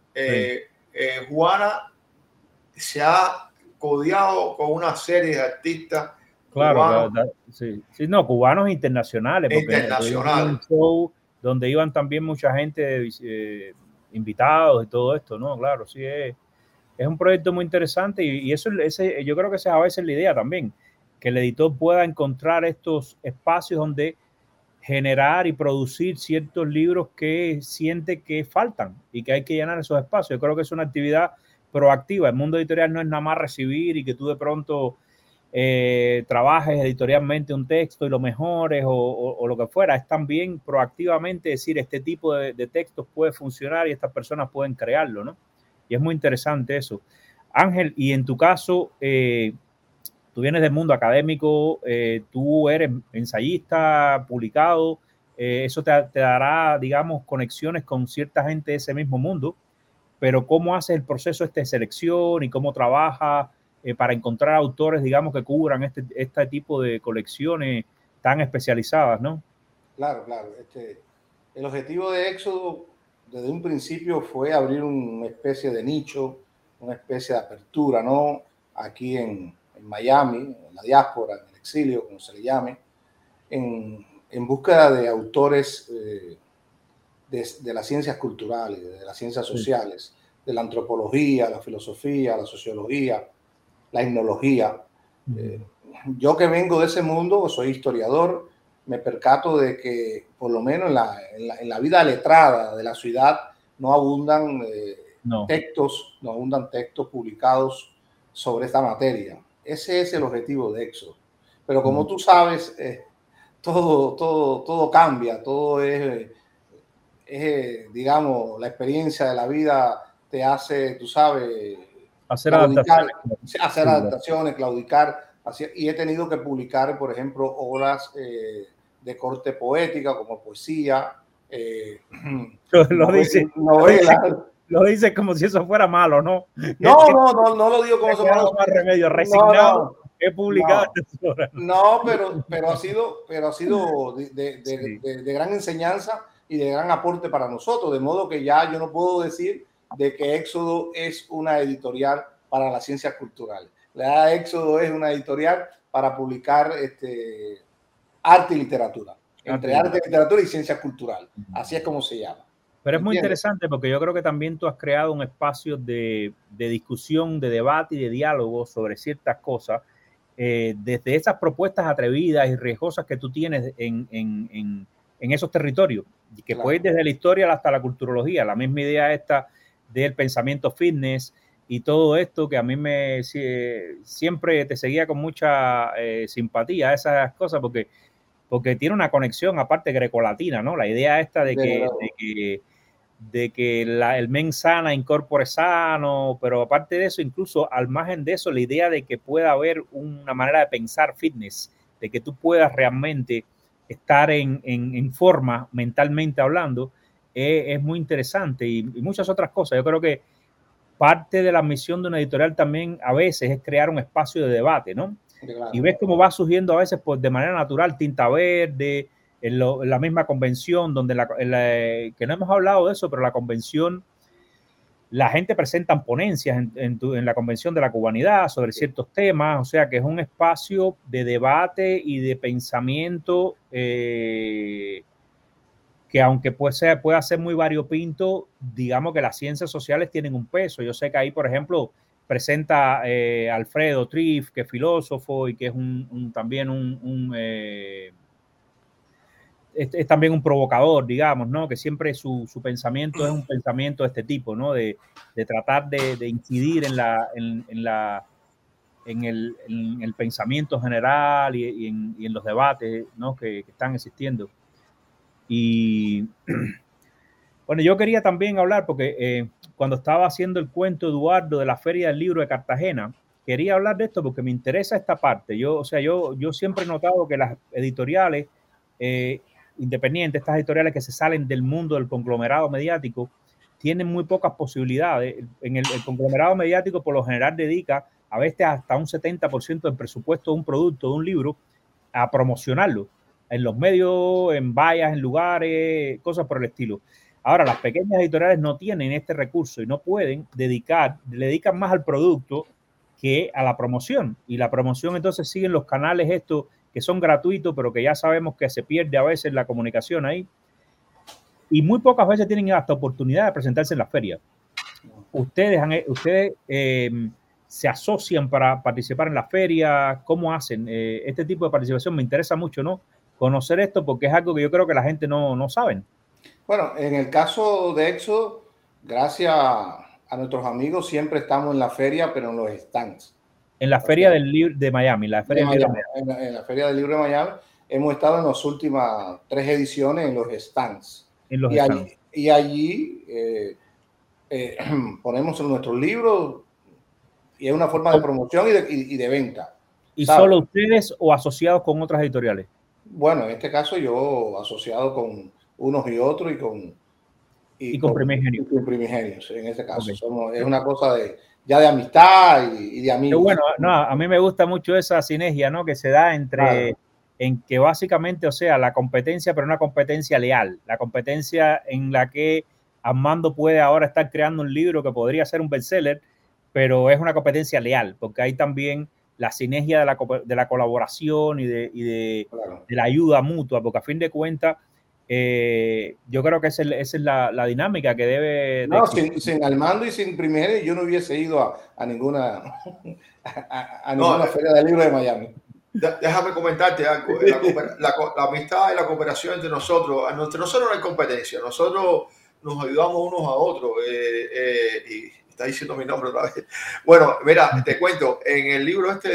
[SPEAKER 4] Juana se ha codeado con una serie de artistas.
[SPEAKER 2] Claro, no, cubanos internacionales.
[SPEAKER 4] Internacionales.
[SPEAKER 2] Un show donde iban también mucha gente, invitados y todo esto, ¿no? Claro, sí es un proyecto muy interesante y eso yo creo que esa es a veces la idea también, que el editor pueda encontrar estos espacios donde generar y producir ciertos libros que siente que faltan y que hay que llenar esos espacios. Yo creo que es una actividad proactiva. El mundo editorial no es nada más recibir y que tú de pronto trabajes editorialmente un texto y lo mejores o lo que fuera. Es también proactivamente decir este tipo de textos puede funcionar y estas personas pueden crearlo, ¿no? Y es muy interesante eso. Ángel, y en tu caso, tú vienes del mundo académico, tú eres ensayista, publicado, eso te dará, digamos, conexiones con cierta gente de ese mismo mundo, pero ¿cómo haces el proceso de selección y cómo trabajas para encontrar autores, digamos, que cubran este tipo de colecciones tan especializadas, ¿no?
[SPEAKER 5] Claro. El objetivo de Éxodo desde un principio fue abrir una especie de nicho, una especie de apertura, ¿no? Aquí en Miami, en la diáspora, en el exilio, como se le llame, en búsqueda de autores de las ciencias culturales, de las ciencias sociales, de la antropología, la filosofía, la sociología, la etnología. Yo que vengo de ese mundo, soy historiador, me percato de que por lo menos en la vida letrada de la ciudad no abundan textos publicados sobre esta materia. Ese es el objetivo de Éxodo. Pero como tú sabes, todo cambia, todo es, digamos, la experiencia de la vida te hace, tú sabes,
[SPEAKER 2] hacer
[SPEAKER 5] adaptaciones, claudicar. Y he tenido que publicar, por ejemplo, obras de corte poética, como poesía,
[SPEAKER 2] novelas. Lo dices como si eso fuera malo, ¿no?
[SPEAKER 5] No lo digo como si fuera malo.
[SPEAKER 2] Más remedio, resignado, he publicado.
[SPEAKER 5] No, pero ha sido de gran enseñanza y de gran aporte para nosotros, de modo que ya yo no puedo decir de que Éxodo es una editorial para las ciencias culturales. La Éxodo es una editorial para publicar arte y literatura, entre arte, literatura y ciencias culturales. Así es como se llama.
[SPEAKER 2] Pero es muy interesante porque yo creo que también tú has creado un espacio de discusión, de debate y de diálogo sobre ciertas cosas, desde esas propuestas atrevidas y riesgosas que tú tienes en esos territorios, y que puede ir desde la historia hasta la culturología, la misma idea esta del pensamiento fitness y todo esto que a mí siempre te seguía con mucha simpatía, esas cosas, porque porque tiene una conexión aparte grecolatina, ¿no? La idea esta de que el mens sana incorpore sano, pero aparte de eso, incluso al margen de eso, la idea de que pueda haber una manera de pensar fitness, de que tú puedas realmente estar en forma mentalmente hablando, es muy interesante y muchas otras cosas. Yo creo que parte de la misión de una editorial también a veces es crear un espacio de debate, ¿no? Claro. Y ves cómo va surgiendo a veces pues, de manera natural Tinta Verde, en la misma convención, donde que no hemos hablado de eso, pero la convención, la gente presenta ponencias en la convención de la cubanidad sobre ciertos temas, o sea que es un espacio de debate y de pensamiento que aunque pueda ser muy variopinto, digamos que las ciencias sociales tienen un peso. Yo sé que ahí, por ejemplo, presenta Alfredo Triff, que es filósofo y que es también es también un provocador, digamos, ¿no? Que siempre su pensamiento es un pensamiento de este tipo, ¿no? De tratar de incidir en el pensamiento general y en los debates, ¿no? que están existiendo. Y bueno, yo quería también hablar, porque cuando estaba haciendo el cuento, Eduardo, de la Feria del Libro de Cartagena, quería hablar de esto porque me interesa esta parte. Yo siempre he notado que las editoriales independientes, estas editoriales que se salen del mundo del conglomerado mediático, tienen muy pocas posibilidades. En el conglomerado mediático por lo general dedica a veces hasta un 70% del presupuesto de un producto, de un libro, a promocionarlo en los medios, en vallas, en lugares, cosas por el estilo. Ahora, las pequeñas editoriales no tienen este recurso y no pueden le dedican más al producto que a la promoción. Y la promoción entonces siguen los canales estos que son gratuitos, pero que ya sabemos que se pierde a veces la comunicación ahí. Y muy pocas veces tienen hasta oportunidad de presentarse en la feria. Ustedes se asocian para participar en la feria. ¿Cómo hacen este tipo de participación? Me interesa mucho, ¿no? Conocer esto porque es algo que yo creo que la gente no sabe.
[SPEAKER 5] Bueno, en el caso de Éxodo, gracias a nuestros amigos, siempre estamos en la feria, pero en los stands.
[SPEAKER 2] En la Feria del Libro de Miami. En la Feria
[SPEAKER 5] del Libro de Miami. Hemos estado en las últimas 3 ediciones en los stands. Y allí ponemos nuestros libros y es una forma de promoción y de venta.
[SPEAKER 2] ¿Y ¿sabes? Solo ustedes o asociados con otras editoriales?
[SPEAKER 5] Bueno, en este caso yo asociado con unos y otros y con Primigenios. Primigenios, en este caso. Okay. Es una cosa de amistad y de amigos.
[SPEAKER 2] Pero bueno, no, a mí me gusta mucho esa sinergia, ¿no? Que se da entre, en que básicamente, o sea, la competencia, pero una competencia leal. La competencia en la que Armando puede ahora estar creando un libro que podría ser un bestseller, pero es una competencia leal, porque hay también la sinergia de la colaboración y de la ayuda mutua, porque a fin de cuentas, yo creo que esa es la dinámica que debe...
[SPEAKER 5] No, sin Armando y sin Primigenios yo no hubiese ido a ninguna feria del libro de Miami.
[SPEAKER 4] Déjame comentarte algo. La amistad y la cooperación entre nosotros no hay competencia. Nosotros nos ayudamos unos a otros. Y está diciendo mi nombre otra vez. Bueno, mira, te cuento. En el libro este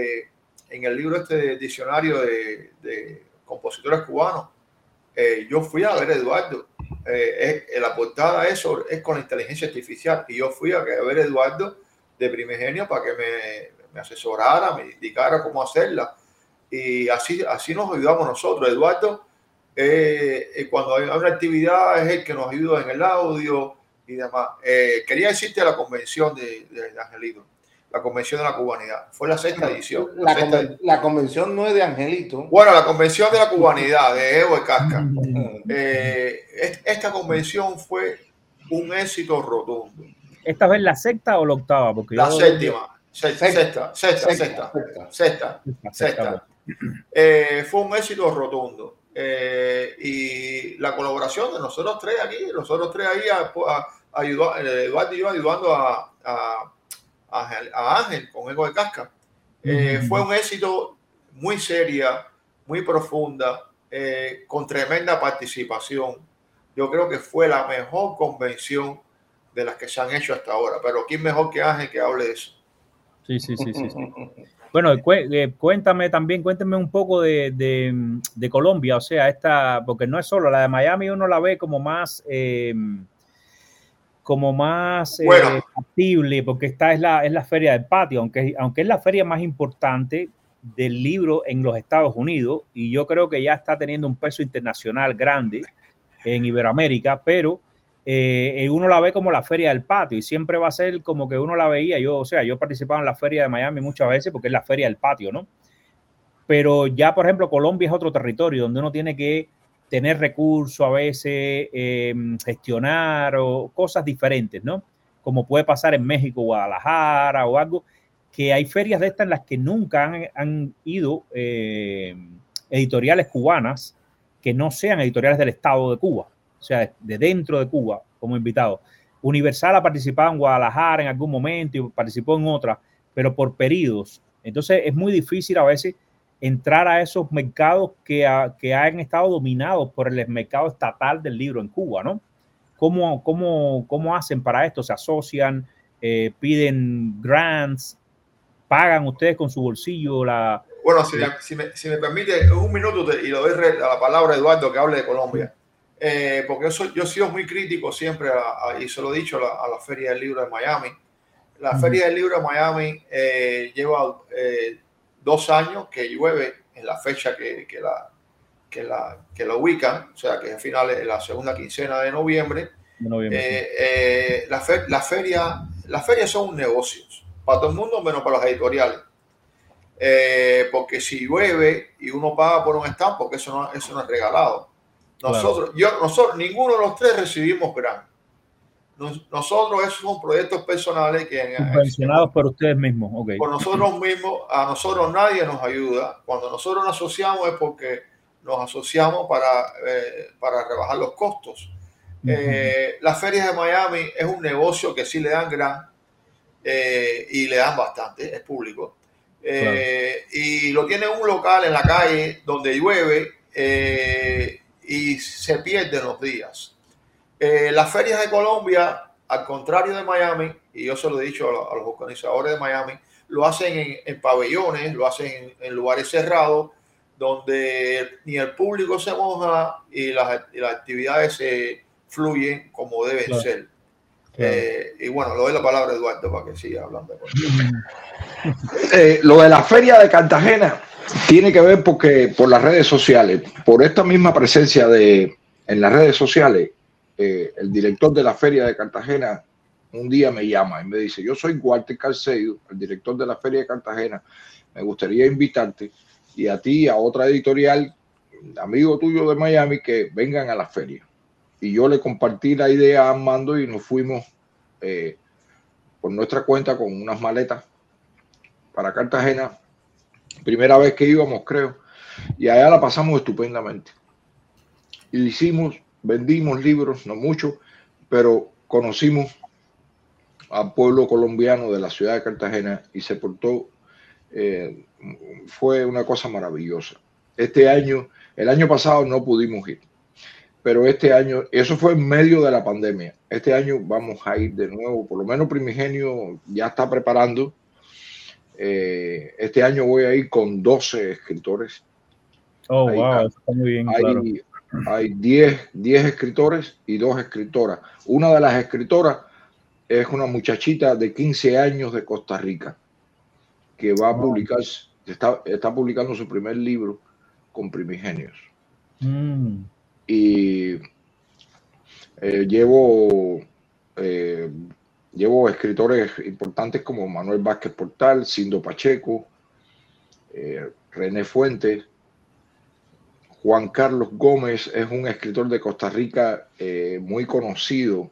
[SPEAKER 4] de diccionario de compositores cubanos, yo fui a ver a Eduardo. La portada es con la inteligencia artificial. Y yo fui a ver a Eduardo de Primigenio para que me asesorara, me indicara cómo hacerla. Y así nos ayudamos nosotros. Eduardo, cuando hay una actividad, es el que nos ayuda en el audio y demás. Quería decirte la convención de Angelito, la convención de la cubanidad. Fue la 6ª edición.
[SPEAKER 5] La convención no es de Angelito.
[SPEAKER 4] Bueno, la convención de la cubanidad de Evo de Casca. Esta convención fue un éxito rotundo.
[SPEAKER 2] ¿Esta vez la 6ª o la 8ª? Porque
[SPEAKER 4] la 7ª. Sexta. Fue un éxito rotundo. Y la colaboración de nosotros tres ahí Eduardo y yo ayudando a Ángel con Evo de Casca. Fue un éxito muy seria, muy profunda, con tremenda participación. Yo creo que fue la mejor convención de las que se han hecho hasta ahora. Pero ¿quién mejor que Ángel que hable de eso?
[SPEAKER 2] Sí. Bueno, cuéntame un poco de Colombia, o sea, porque no es solo la de Miami, uno la ve como más factible, porque esta es la feria del patio, aunque es la feria más importante del libro en los Estados Unidos, y yo creo que ya está teniendo un peso internacional grande en Iberoamérica, pero uno la ve como la feria del patio y siempre va a ser como que uno la veía. Yo he participado en la feria de Miami muchas veces porque es la feria del patio, ¿no? Pero ya, por ejemplo, Colombia es otro territorio donde uno tiene que tener recursos a veces, gestionar o cosas diferentes, ¿no? Como puede pasar en México, Guadalajara o algo, que hay ferias de estas en las que nunca han ido editoriales cubanas que no sean editoriales del estado de Cuba, o sea, de dentro de Cuba como invitado. Universal ha participado en Guadalajara en algún momento y participó en otras, pero por periodos. Entonces es muy difícil a veces entrar a esos mercados que han estado dominados por el mercado estatal del libro en Cuba, ¿no? ¿Cómo hacen para esto? ¿Se asocian? ¿Piden grants? ¿Pagan ustedes con su bolsillo la...?
[SPEAKER 4] Bueno, si me permite un minuto y le doy la palabra a Eduardo que hable de Colombia. Porque yo he sido muy crítico siempre, y se lo he dicho, a la Feria del Libro de Miami. La Feria del Libro de Miami lleva 2 años que llueve en la fecha que la ubican, o sea, que al final es la segunda quincena de noviembre. Las ferias son negocios para todo el mundo, menos para los editoriales. Porque si llueve y uno paga por un stand, porque eso no es regalado. Nosotros, ninguno de los tres recibimos grant. Nosotros, esos son proyectos personales que
[SPEAKER 2] subvencionados por ustedes mismos. Okay.
[SPEAKER 4] Por nosotros mismos. A nosotros nadie nos ayuda. Cuando nosotros nos asociamos es porque nos asociamos para rebajar los costos. Las ferias de Miami es un negocio que sí le dan grant y le dan bastante, es público. Claro. Y lo tiene un local en la calle donde llueve y se pierden los días. Las ferias de Colombia, al contrario de Miami, y yo se lo he dicho a los organizadores de Miami, lo hacen en pabellones, lo hacen en lugares cerrados, donde ni el público se moja y las actividades fluyen como deben ser. Claro. Y bueno, le doy la palabra a Eduardo para que siga hablando.
[SPEAKER 3] Lo de la feria de Cartagena tiene que ver por las redes sociales, por esta misma presencia en las redes sociales. El director de la feria de Cartagena un día me llama y me dice: yo soy Walter Carcedo, el director de la feria de Cartagena, me gustaría invitarte y a ti, a otra editorial, amigo tuyo de Miami, que vengan a la feria. Y yo le compartí la idea a Armando y nos fuimos por nuestra cuenta con unas maletas para Cartagena. Primera vez que íbamos, creo, y allá la pasamos estupendamente. Y vendimos libros, no mucho, pero conocimos al pueblo colombiano de la ciudad de Cartagena y se portó, fue una cosa maravillosa. El año pasado no pudimos ir, pero este año, eso fue en medio de la pandemia. Este año vamos a ir de nuevo, por lo menos Primigenio ya está preparando. Este año voy a ir con 12 escritores.
[SPEAKER 2] Oh, wow, está muy bien, claro.
[SPEAKER 3] Hay 10 escritores y 2 escritoras. Una de las escritoras es una muchachita de 15 años de Costa Rica que va a publicar, está publicando su primer libro con Primigenios. Y llevo escritores importantes como Manuel Vázquez Portal, Cindo Pacheco, René Fuentes. Juan Carlos Gómez es un escritor de Costa Rica muy conocido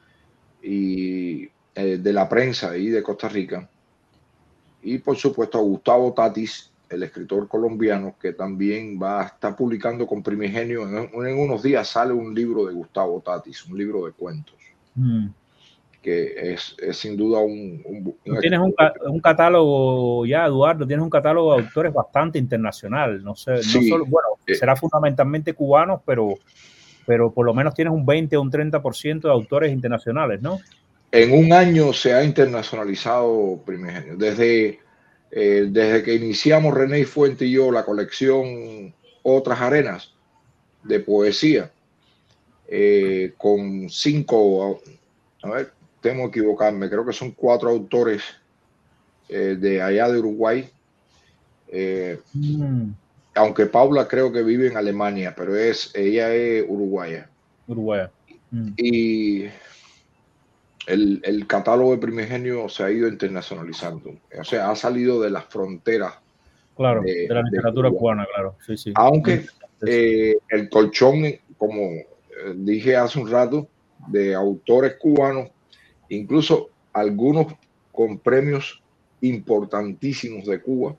[SPEAKER 3] y de la prensa y de Costa Rica. Y por supuesto a Gustavo Tatis, el escritor colombiano, que también va a estar publicando con Primigenio. En unos días sale un libro de Gustavo Tatis, un libro de cuentos, que es sin duda
[SPEAKER 2] tienes un catálogo ya, Eduardo, tienes un catálogo de autores bastante internacional. No sé, sí, no solo, bueno, será fundamentalmente cubanos, pero por lo menos tienes un 20 o un 30% de autores internacionales, ¿no?
[SPEAKER 3] en un año se ha internacionalizado Primigenio. Desde que iniciamos René Fuente y yo la colección Otras Arenas de poesía, con 5, a ver, temo equivocarme, creo que son 4 autores de allá de Uruguay. Aunque Paula creo que vive en Alemania, pero ella es uruguaya. Y el catálogo de Primigenio se ha ido internacionalizando. O sea, ha salido de las fronteras.
[SPEAKER 2] Claro, de la literatura cubana, claro. Sí, sí.
[SPEAKER 3] Aunque el colchón, como dije hace un rato, de autores cubanos, incluso algunos con premios importantísimos de Cuba,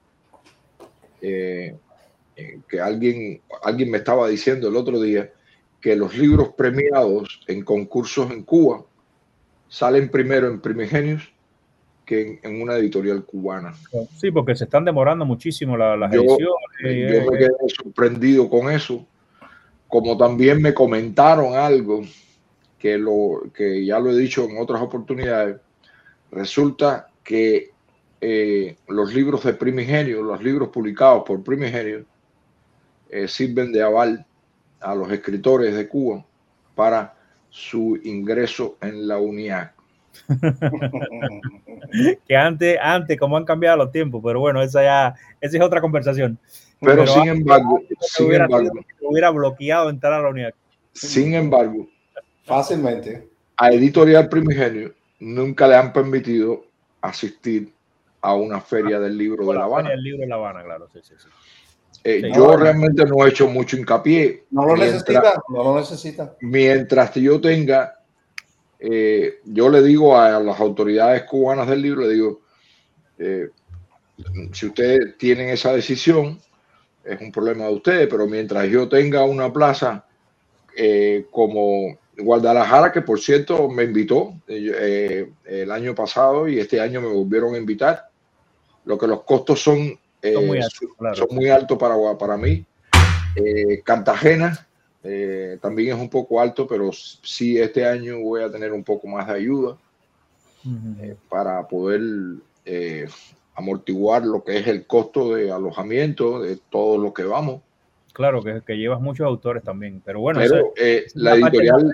[SPEAKER 3] que alguien me estaba diciendo el otro día que los libros premiados en concursos en Cuba salen primero en Primigenios que en una editorial cubana.
[SPEAKER 2] Sí, porque se están demorando muchísimo las ediciones.
[SPEAKER 3] Yo me quedé sorprendido con eso. Como también me comentaron algo que ya lo he dicho en otras oportunidades, resulta que los libros de Primigenio, los libros publicados por Primigenio, sirven de aval a los escritores de Cuba para su ingreso en la UNIAC.
[SPEAKER 2] Que antes, como han cambiado los tiempos, pero bueno, esa es otra conversación.
[SPEAKER 3] Pero sin embargo,
[SPEAKER 2] hubiera bloqueado entrar a la UNIAC.
[SPEAKER 3] Sin embargo,
[SPEAKER 5] fácilmente
[SPEAKER 3] a Editorial Primigenio nunca le han permitido asistir a una feria del libro de La Habana.
[SPEAKER 2] El libro de La Habana, claro, sí.
[SPEAKER 3] Yo realmente no he hecho mucho hincapié.
[SPEAKER 5] No lo necesita.
[SPEAKER 3] Mientras yo tenga, yo le digo a las autoridades cubanas del libro, le digo, si ustedes tienen esa decisión, es un problema de ustedes, pero mientras yo tenga una plaza como Guadalajara, que por cierto me invitó el año pasado y este año me volvieron a invitar, lo que los costos son muy altos para mí. Cartagena también es un poco alto, pero sí este año voy a tener un poco más de ayuda para poder amortiguar lo que es el costo de alojamiento de todo lo que vamos.
[SPEAKER 2] Claro, que llevas muchos autores también, pero bueno.
[SPEAKER 3] La editorial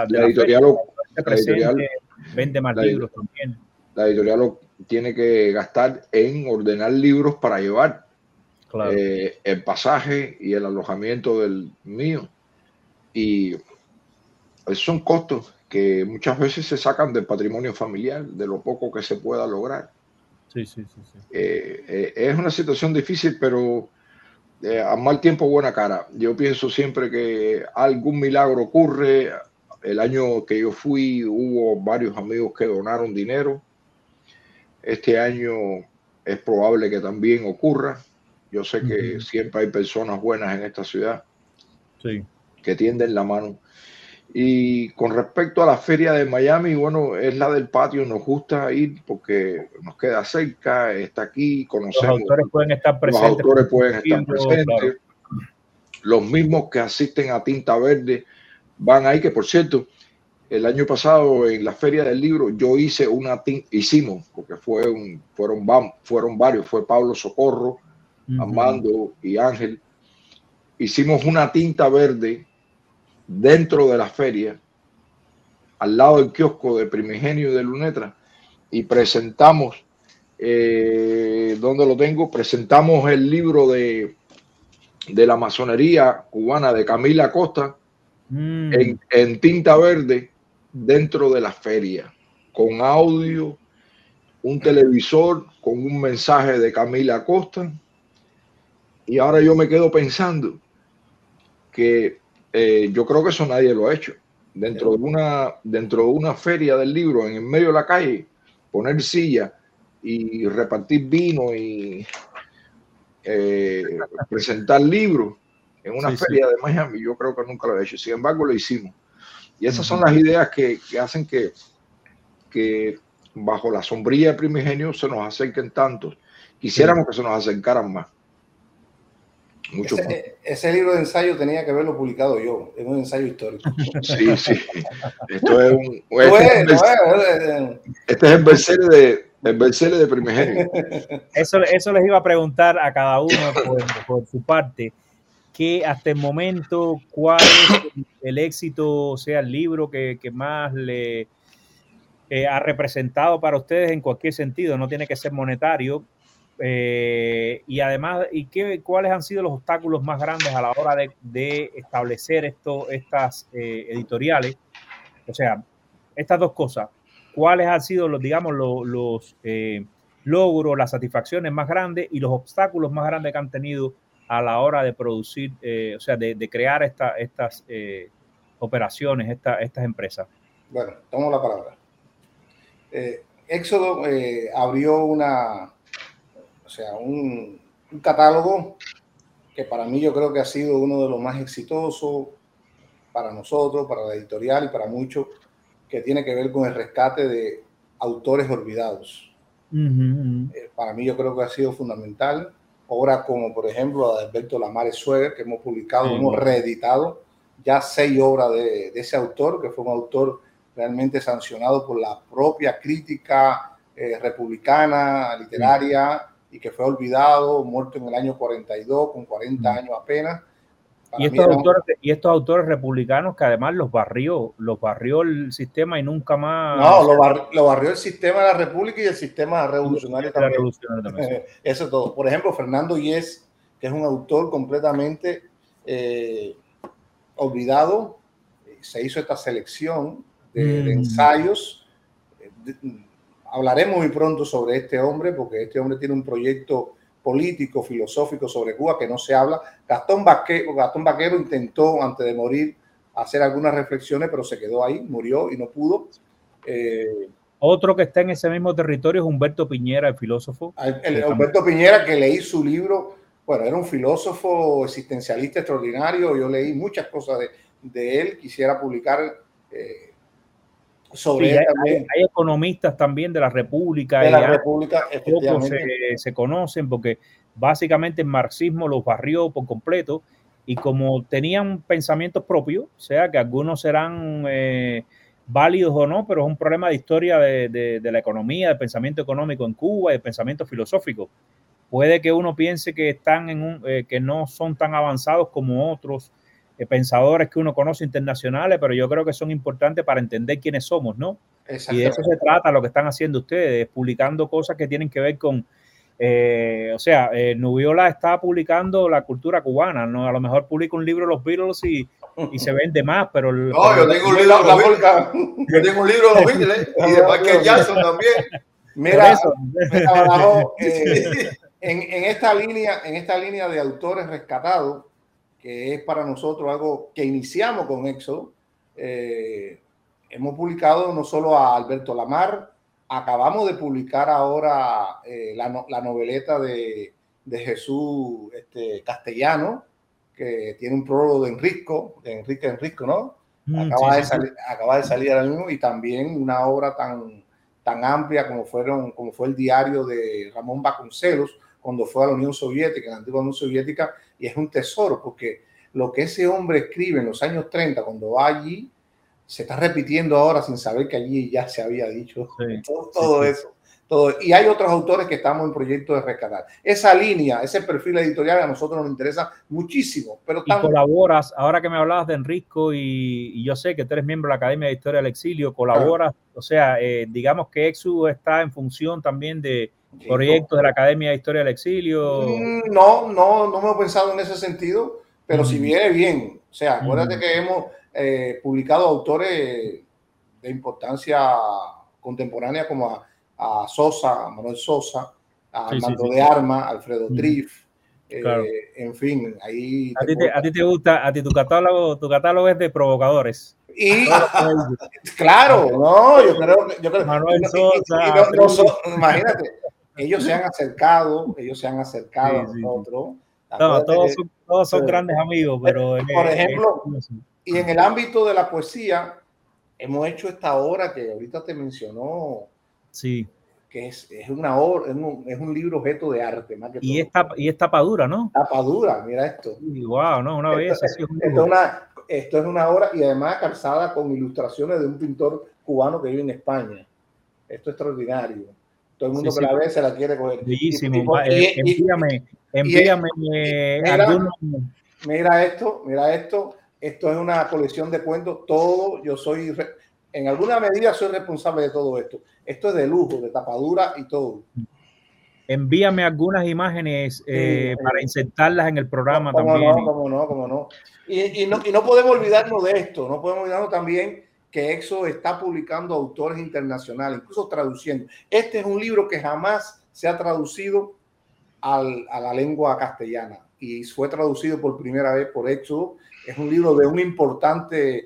[SPEAKER 2] vende más libros también.
[SPEAKER 3] La editorial tiene que gastar en ordenar libros para llevar,
[SPEAKER 2] claro,
[SPEAKER 3] el pasaje y el alojamiento del mío. Y esos son costos que muchas veces se sacan del patrimonio familiar, de lo poco que se pueda lograr.
[SPEAKER 2] Sí.
[SPEAKER 3] Es una situación difícil, pero a mal tiempo buena cara. Yo pienso siempre que algún milagro ocurre. El año que yo fui hubo varios amigos que donaron dinero. Este año es probable que también ocurra. Yo sé que siempre hay personas buenas en esta ciudad que tienden la mano. Y con respecto a la feria de Miami, bueno, es la del patio, nos gusta ir porque nos queda cerca, está aquí, conocemos.
[SPEAKER 2] Los autores pueden estar presentes.
[SPEAKER 3] Claro. Los mismos que asisten a Tinta Verde van ahí, que por cierto, el año pasado en la Feria del Libro yo hice hicimos, porque fueron varios, fue Pablo Socorro, Armando y Ángel, hicimos una tinta verde dentro de la feria, al lado del kiosco de Primigenio y de Lunetra, y presentamos, ¿dónde lo tengo? Presentamos el libro de la masonería cubana de Camila Acosta en tinta verde dentro de la feria, con audio, un televisor con un mensaje de Camila Acosta. Y ahora yo me quedo pensando que yo creo que eso nadie lo ha hecho. Dentro de una feria del libro, en el medio de la calle, poner silla y repartir vino y presentar libros en una feria de Miami, yo creo que nunca lo he hecho. Sin embargo, lo hicimos. Y esas son las ideas que hacen que bajo la sombrilla de Primigenio se nos acerquen tantos. Quisiéramos que se nos acercaran más.
[SPEAKER 5] Ese libro de ensayo tenía que haberlo publicado yo, es un ensayo histórico.
[SPEAKER 3] Sí, sí. Esto es este es el bestseller de Primigenio.
[SPEAKER 2] Eso les iba a preguntar a cada uno por su parte, que hasta el momento, ¿cuál es el éxito, o sea, el libro que más le ha representado para ustedes en cualquier sentido? No tiene que ser monetario. Y además, ¿cuáles han sido los obstáculos más grandes a la hora de establecer estas editoriales? O sea, estas dos cosas, ¿cuáles han sido los logros, las satisfacciones más grandes y los obstáculos más grandes que han tenido a la hora de producir, o sea, de crear estas operaciones, estas empresas?
[SPEAKER 5] Bueno, tomo la palabra. Éxodo abrió un catálogo que para mí yo creo que ha sido uno de los más exitosos para nosotros, para la editorial y para muchos, que tiene que ver con el rescate de autores olvidados. Para mí yo creo que ha sido fundamental. Obras como, por ejemplo, la de Alberto Lamares Sueger, que hemos publicado, hemos reeditado ya 6 obras de ese autor, que fue un autor realmente sancionado por la propia crítica republicana, literaria, y que fue olvidado, muerto en el año 42, con 40 años apenas.
[SPEAKER 2] Y estos autores republicanos que además los barrió el sistema y nunca más...
[SPEAKER 5] No, lo barrió el sistema de la República y el sistema revolucionario también. Eso es todo. Por ejemplo, Fernando Yes, que es un autor completamente olvidado, se hizo esta selección de ensayos. Hablaremos muy pronto sobre este hombre, porque este hombre tiene un proyecto político, filosófico sobre Cuba que no se habla. Gastón Vaquero intentó, antes de morir, hacer algunas reflexiones, pero se quedó ahí, murió y no pudo.
[SPEAKER 2] Otro que está en ese mismo territorio es Humberto Piñera, el filósofo.
[SPEAKER 5] Humberto Piñera, que leí su libro, bueno, era un filósofo existencialista extraordinario, yo leí muchas cosas de él, quisiera publicar sobre él también.
[SPEAKER 2] Hay economistas también de la República.
[SPEAKER 5] De la República, efectivamente.
[SPEAKER 2] Se conocen porque básicamente el marxismo los barrió por completo y como tenían pensamientos propios, o sea que algunos serán válidos o no, pero es un problema de historia de la economía, del pensamiento económico en Cuba y del pensamiento filosófico. Puede que uno piense que están que no son tan avanzados como otros pensadores que uno conoce internacionales, pero yo creo que son importantes para entender quiénes somos, ¿no? Y de eso se trata lo que están haciendo ustedes, publicando cosas que tienen que ver con, Nubiola está publicando la cultura cubana, ¿no? A lo mejor publica un libro de los Beatles y se vende más, pero...
[SPEAKER 4] yo tengo un libro de los Beatles y de Michael Jackson también.
[SPEAKER 5] Mira, en esta línea de autores rescatados, que es para nosotros algo que iniciamos con Éxodo, hemos publicado no solo a Alberto Lamar, acabamos de publicar ahora la noveleta de Jesús Castellano, que tiene un prólogo de Enrique Enrico, ¿no? Acaba de salir ahora mismo, y también una obra tan amplia como fue el diario de Ramón Vasconcelos cuando fue a la Unión Soviética, la antigua Unión Soviética, y es un tesoro porque lo que ese hombre escribe en los años 30 cuando va allí se está repitiendo ahora sin saber que allí ya se había dicho todo eso. Y hay otros autores que estamos en proyecto de rescatar. Esa línea, ese perfil editorial a nosotros nos interesa muchísimo. Pero
[SPEAKER 2] y colaboras, ahora que me hablabas de Enrico y yo sé que tú eres miembro de la Academia de Historia del Exilio, colaboras, o sea, digamos que Éxodo está en función también de proyectos de la Academia de Historia del Exilio.
[SPEAKER 5] No me he pensado en ese sentido, pero si viene bien. O sea, acuérdate que hemos publicado autores de importancia contemporánea como a Sosa, a Manuel Sosa, a Armando de Armas, Alfredo Triff, claro. En fin, ahí...
[SPEAKER 2] A ti te gusta, a ti tu catálogo es de provocadores.
[SPEAKER 5] Y claro, no, yo creo
[SPEAKER 2] Manuel Sosa,
[SPEAKER 5] imagínate, ellos se han acercado a nosotros.
[SPEAKER 2] No, todos son grandes amigos, pero...
[SPEAKER 5] Por ejemplo, y en el ámbito de la poesía, hemos hecho esta obra que ahorita te mencionó.
[SPEAKER 2] Sí.
[SPEAKER 5] que es una obra, es un libro objeto de arte más que todo.
[SPEAKER 2] Y es tapadura, ¿no?
[SPEAKER 5] Tapadura, mira esto.
[SPEAKER 2] Wow, no, una belleza.
[SPEAKER 5] Esto es una obra y además calzada con ilustraciones de un pintor cubano que vive en España. Esto es extraordinario. Todo el mundo que la ve se la quiere coger.
[SPEAKER 2] Bellísimo. Envíame algunos.
[SPEAKER 5] Mira esto. Esto es una colección de cuentos. Todo, en alguna medida soy responsable de todo esto. Esto es de lujo, de tapadura y todo.
[SPEAKER 2] Envíame algunas imágenes para insertarlas en el programa también.
[SPEAKER 5] Cómo no. Y no podemos olvidarnos de esto. No podemos olvidarnos también que Éxodo está publicando autores internacionales, incluso traduciendo. Este es un libro que jamás se ha traducido a la lengua castellana y fue traducido por primera vez por Éxodo. Es un libro de un importante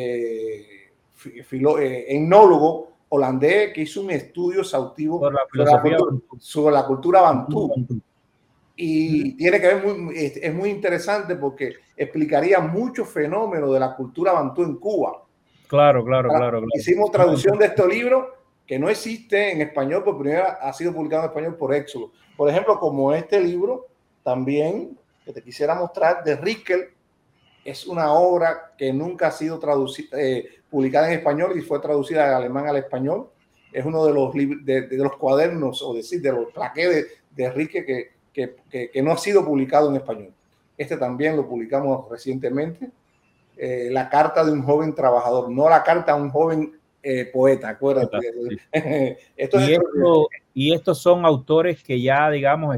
[SPEAKER 5] etnólogo holandés que hizo un estudio exhaustivo sobre la cultura bantú. Y tiene que ver es muy interesante porque explicaría muchos fenómenos de la cultura bantú en Cuba.
[SPEAKER 2] Claro.
[SPEAKER 5] Hicimos traducción de este libro que no existe en español, por primera vez ha sido publicado en español por Éxodo. Por ejemplo, como este libro también que te quisiera mostrar de Rickel, es una obra que nunca ha sido publicada en español y fue traducida del alemán al español. Es uno de los cuadernos, o decir, de los plaqués de Rickel que no ha sido publicado en español. Este también lo publicamos recientemente. La carta de un joven trabajador, no la carta a un joven poeta, acuérdate. Sí.
[SPEAKER 2] Y estos son autores que ya, digamos,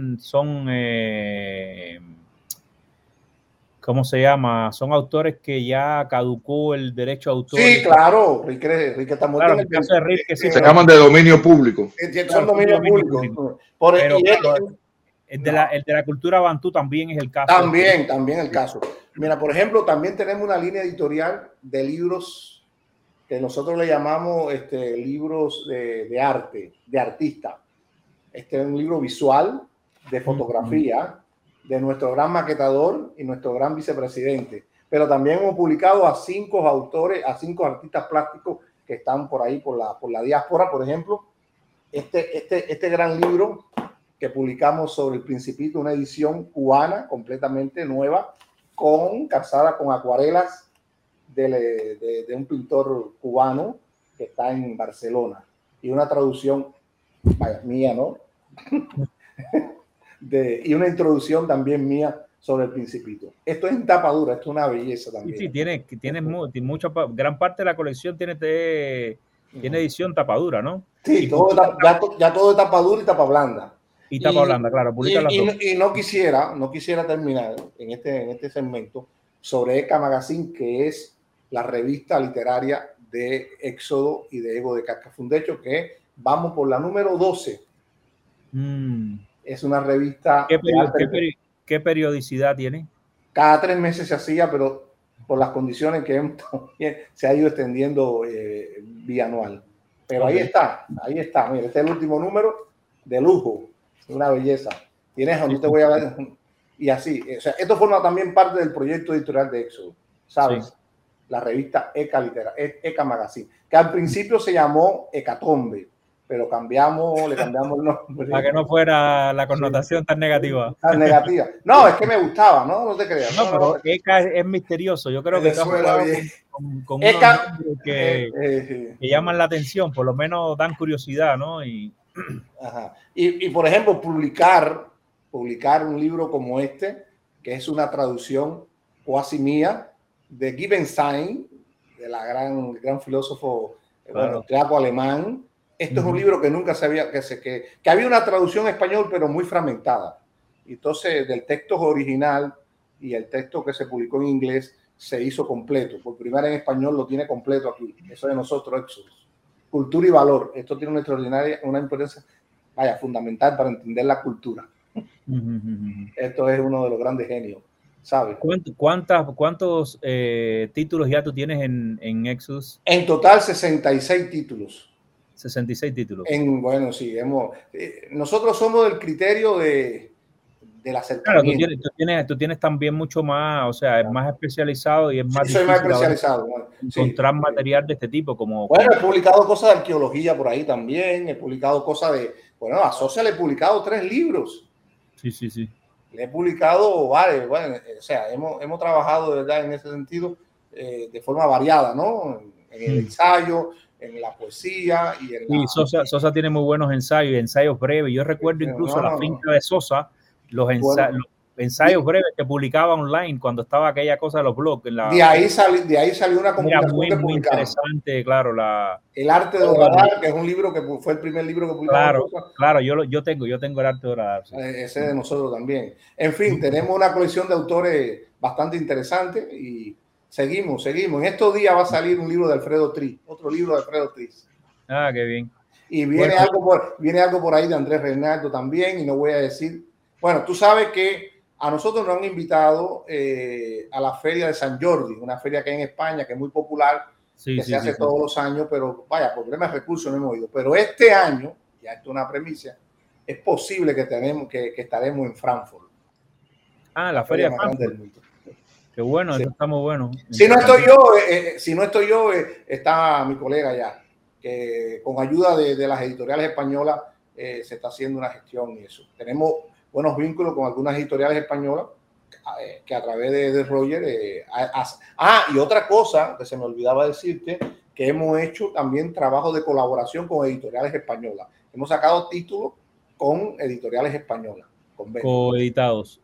[SPEAKER 2] ¿cómo se llama? Son autores que ya caducó el derecho a autor.
[SPEAKER 5] Sí, claro. Rique está muerto.
[SPEAKER 2] Claro, en el caso de Rique,
[SPEAKER 3] se llaman de dominio público.
[SPEAKER 5] Son dominio público.
[SPEAKER 2] El de la cultura bantú también es el caso.
[SPEAKER 5] También el caso. Mira, por ejemplo, también tenemos una línea editorial de libros que nosotros le llamamos libros de arte, de artista. Este es un libro visual de fotografía de nuestro gran maquetador y nuestro gran vicepresidente. Pero también hemos publicado a 5 autores, a 5 artistas plásticos que están por ahí, por la diáspora. Por ejemplo, este gran libro que publicamos sobre El Principito, una edición cubana completamente nueva, calzada con acuarelas de un pintor cubano que está en Barcelona, y una traducción mía, ¿no? Y una introducción también mía sobre El Principito. Esto es en tapadura, esto es una belleza también.
[SPEAKER 2] Sí, tiene mucha, gran parte de la colección tiene edición tapadura, ¿no?
[SPEAKER 5] Sí, ya todo de tapadura y tapa blanda.
[SPEAKER 2] Y tapa blanda, claro.
[SPEAKER 5] Y no quisiera terminar en este segmento sobre ECA Magazine, que es la revista literaria de Éxodo y de Ego de Cascafundecho, que vamos por la número 12. Es una revista.
[SPEAKER 2] ¿Qué periodicidad tiene?
[SPEAKER 5] Cada 3 meses se hacía, pero por las condiciones que se ha ido extendiendo bianual. Pero ahí está. Mira, este es el último número de lujo. Una belleza. No te voy a ver. Y así. O sea, esto forma también parte del proyecto editorial de Éxodo, ¿sabes? Sí. La revista ECA Magazine, que al principio se llamó Hecatombe, pero le cambiamos el nombre.
[SPEAKER 2] Para que no fuera la connotación tan negativa.
[SPEAKER 5] Tan negativa. No, es que me gustaba, ¿no? No te creas.
[SPEAKER 2] No, pero ECA es misterioso. Yo creo que con ECA, unos que llaman la atención, por lo menos dan curiosidad, ¿no?
[SPEAKER 5] Ajá. Y por ejemplo, publicar un libro como este, que es una traducción cuasi mía de Gibbonstein, de la gran filósofo austriaco alemán. Esto es un libro que nunca sabía que había una traducción en español, pero muy fragmentada. Entonces, del texto original y el texto que se publicó en inglés se hizo completo. Por primera vez en español lo tiene completo aquí. Eso de nosotros, Éxodo. Cultura y valor. Esto tiene una importancia fundamental para entender la cultura. Esto es uno de los grandes genios, ¿sabes?
[SPEAKER 2] ¿Cuántos títulos ya tú tienes en Exodus?
[SPEAKER 5] En total 66 títulos.
[SPEAKER 2] 66 títulos.
[SPEAKER 5] Bueno, sí, nosotros somos del criterio de del acercamiento.
[SPEAKER 2] Claro, tú tienes también mucho más, o sea, es más especializado y es más
[SPEAKER 5] difícil. Soy más especializado.
[SPEAKER 2] Encontrar material de este tipo. Bueno,
[SPEAKER 5] he publicado cosas de arqueología por ahí también, he publicado cosas bueno, a Sosa le he publicado 3 libros.
[SPEAKER 2] Sí.
[SPEAKER 5] Le he publicado varios, bueno, o sea, hemos trabajado de verdad en ese sentido de forma variada, ¿no? En el ensayo, en la poesía y en
[SPEAKER 2] la... Sosa tiene muy buenos ensayos breves. Yo recuerdo incluso la finca de Sosa, los ensayos breves que publicaba online cuando estaba aquella cosa de los blogs. De ahí
[SPEAKER 5] salió una compilación
[SPEAKER 2] muy interesante, claro.
[SPEAKER 5] El arte de Horadar, que es un libro que fue el primer libro que publicamos.
[SPEAKER 2] Claro, yo tengo el arte de Horadar. Sí.
[SPEAKER 5] Ese de nosotros también. En fin, tenemos una colección de autores bastante interesante y seguimos. En estos días va a salir un libro de Alfredo Tris, otro libro de Alfredo Tris.
[SPEAKER 2] Ah, qué bien.
[SPEAKER 5] Y viene algo por ahí de Andrés Reinaldo también, y no voy a decir. Bueno, tú sabes que a nosotros nos han invitado a la Feria de San Jordi, una feria que hay en España que es muy popular, que se hace todos los años, pero vaya, problemas de recursos no hemos ido. Pero este año, ya esto es una premisa, es posible que estaremos en Frankfurt.
[SPEAKER 2] Ah, la feria más grande del mundo. Qué bueno, sí. Eso está muy bueno.
[SPEAKER 5] Si no estoy yo, está mi colega ya, que con ayuda de las editoriales españolas se está haciendo una gestión y eso. Tenemos buenos vínculos con algunas editoriales españolas que a través de Roger y otra cosa que se me olvidaba decirte, que hemos hecho también trabajo de colaboración con editoriales españolas. Hemos sacado títulos con editoriales españolas.
[SPEAKER 2] Coeditados.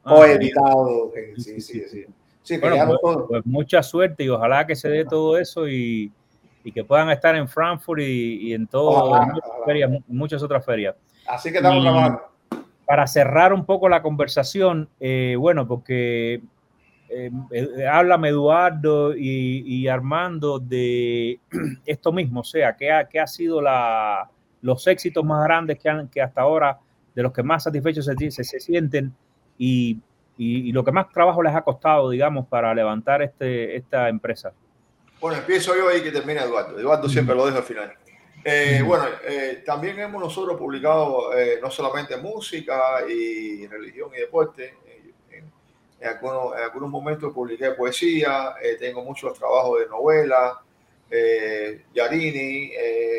[SPEAKER 5] Sí,
[SPEAKER 2] bueno, pues mucha suerte y ojalá que se dé todo eso y que puedan estar en Frankfurt y en muchas otras ferias.
[SPEAKER 5] Así que estamos trabajando.
[SPEAKER 2] Para cerrar un poco la conversación, bueno, porque háblame Eduardo y Armando de esto mismo, o sea, ¿qué ha sido los éxitos más grandes que hasta ahora, de los que más satisfechos se sienten y lo que más trabajo les ha costado, digamos, para levantar esta empresa?
[SPEAKER 4] Bueno, empiezo yo ahí que termina Eduardo. Eduardo siempre lo dejo al final. También hemos nosotros publicado no solamente música y religión y deporte. En algunos momentos publiqué poesía, tengo muchos trabajos de novela, Yarini,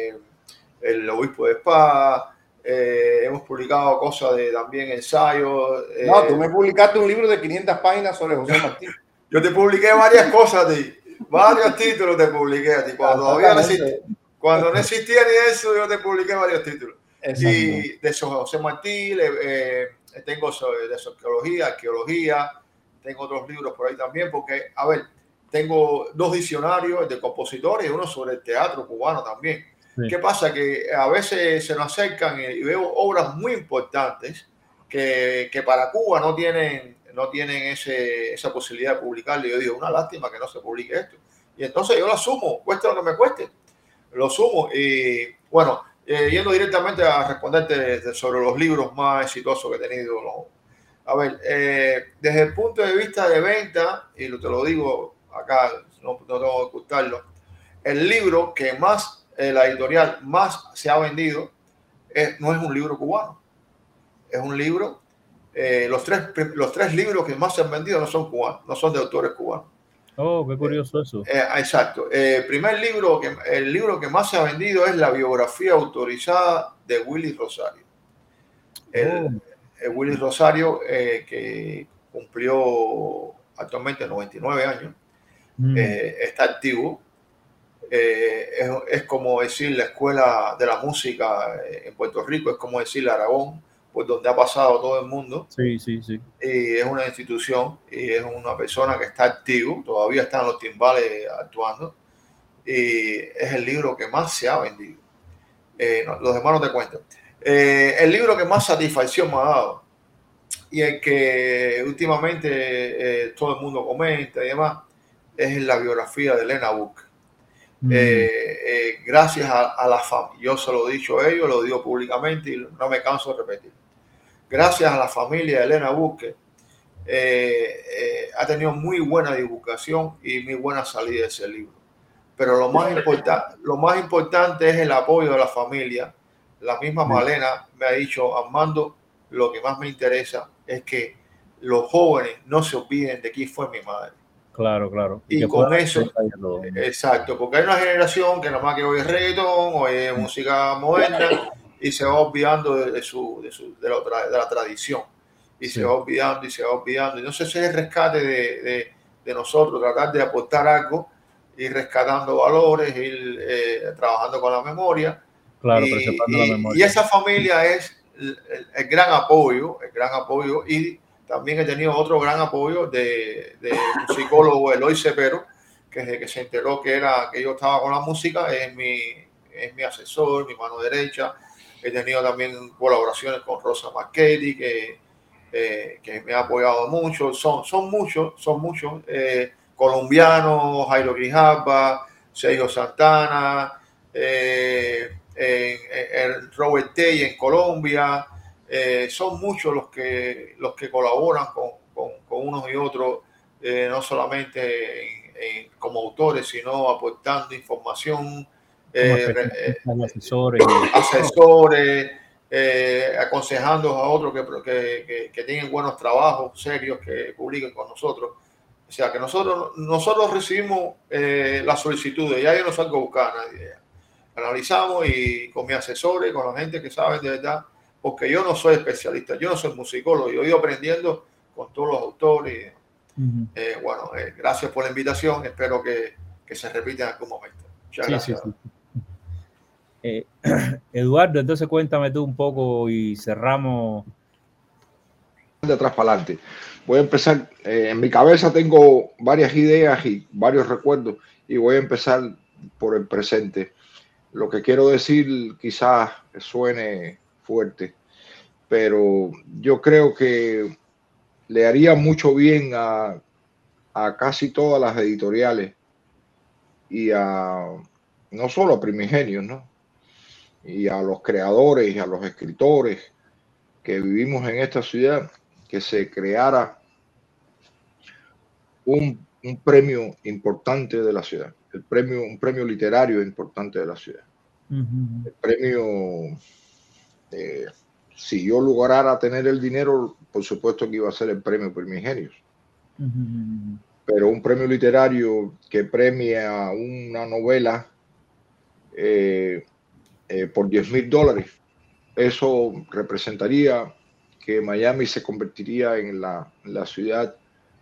[SPEAKER 4] el obispo de Spa, hemos publicado cosas también ensayos.
[SPEAKER 5] No, tú me publicaste un libro de 500 páginas sobre José Martí.
[SPEAKER 4] Yo te publiqué varias cosas a ti, varios títulos te publiqué a ti, cuando no existía ni eso, yo te publiqué varios títulos. Exacto. Y de José Martí, tengo de sociología, arqueología, tengo otros libros por ahí también, porque, a ver, tengo 2 diccionarios de compositores y uno sobre el teatro cubano también. Sí. ¿Qué pasa? Que a veces se nos acercan y veo obras muy importantes que para Cuba no tienen esa posibilidad de publicarlo. Y yo digo, una lástima que no se publique esto. Y entonces yo lo asumo, cueste lo que me cueste. Lo sumo y bueno, yendo directamente a responderte sobre los libros más exitosos que he tenido. A ver, desde el punto de vista de venta, y te lo digo acá, no tengo que ocultarlo, el libro que más, la editorial más se ha vendido, no es un libro cubano, es un libro, los tres libros que más se han vendido no son cubanos, no son de autores cubanos.
[SPEAKER 2] Oh, qué curioso eso.
[SPEAKER 4] Exacto. El libro que más se ha vendido es la biografía autorizada de Willy Rosario. Willy Rosario, que cumplió actualmente 99 años, está activo. Es como decir la Escuela de la Música en Puerto Rico, es como decir Aragón, por donde ha pasado todo el mundo.
[SPEAKER 2] Sí.
[SPEAKER 4] Y es una institución y es una persona que está activo, todavía está en los timbales actuando, y es el libro que más se ha vendido. Los demás no te cuento. El libro que más satisfacción me ha dado y el que últimamente todo el mundo comenta y demás es la biografía de Elena Buque. Gracias a la familia, yo se lo he dicho a ellos, lo digo públicamente y no me canso de repetir. Gracias a la familia de Elena Buque, ha tenido muy buena divulgación y muy buena salida de ese libro. Pero lo más importante es el apoyo de la familia. La misma Malena me ha dicho, Armando, lo que más me interesa es que los jóvenes no se olviden de quién fue mi madre.
[SPEAKER 2] Claro, claro.
[SPEAKER 4] Y con eso, exacto, porque hay una generación que nada más que oye reggaetón, oye música moderna y se va olvidando de la tradición. Y se va olvidando y se va olvidando. Y no sé si es el rescate de nosotros, tratar de aportar algo, ir rescatando valores, ir trabajando con la memoria.
[SPEAKER 2] Claro, preservando la memoria.
[SPEAKER 4] Y esa familia es el gran apoyo, y también he tenido otro gran apoyo de un psicólogo, Eloy Cepero, que desde que se enteró que yo estaba con la música, es mi asesor, mi mano derecha. He tenido también colaboraciones con Rosa Marchetti, que me ha apoyado mucho. Son muchos, colombianos, Jairo Grijalva, Sergio Santana, Robert Tey en Colombia. Son muchos los que colaboran con unos y otros, no solamente como autores, sino aportando información, asesores, aconsejando a otros que tienen buenos trabajos serios que publiquen con nosotros. O sea que nosotros recibimos las solicitudes, ya yo no salgo a buscar a nadie. Analizamos y con mis asesores, con la gente que sabe de verdad, porque yo no soy especialista, yo no soy musicólogo, yo he ido aprendiendo con todos los autores. Gracias por la invitación, espero que se repita en algún momento. Muchas gracias.
[SPEAKER 2] Eduardo, entonces cuéntame tú un poco y cerramos.
[SPEAKER 3] De atrás para adelante. Voy a empezar, en mi cabeza tengo varias ideas y varios recuerdos y voy a empezar por el presente. Lo que quiero decir quizás suene fuerte, pero yo creo que le haría mucho bien a casi todas las editoriales y no solo a Primigenios, ¿no? Y a los creadores y a los escritores que vivimos en esta ciudad, que se creara un premio importante de la ciudad, un premio literario importante de la ciudad. El premio, si yo lograra tener el dinero, por supuesto que iba a ser el premio Primigenios. Pero un premio literario que premia una novela por $10,000, eso representaría que Miami se convertiría en la ciudad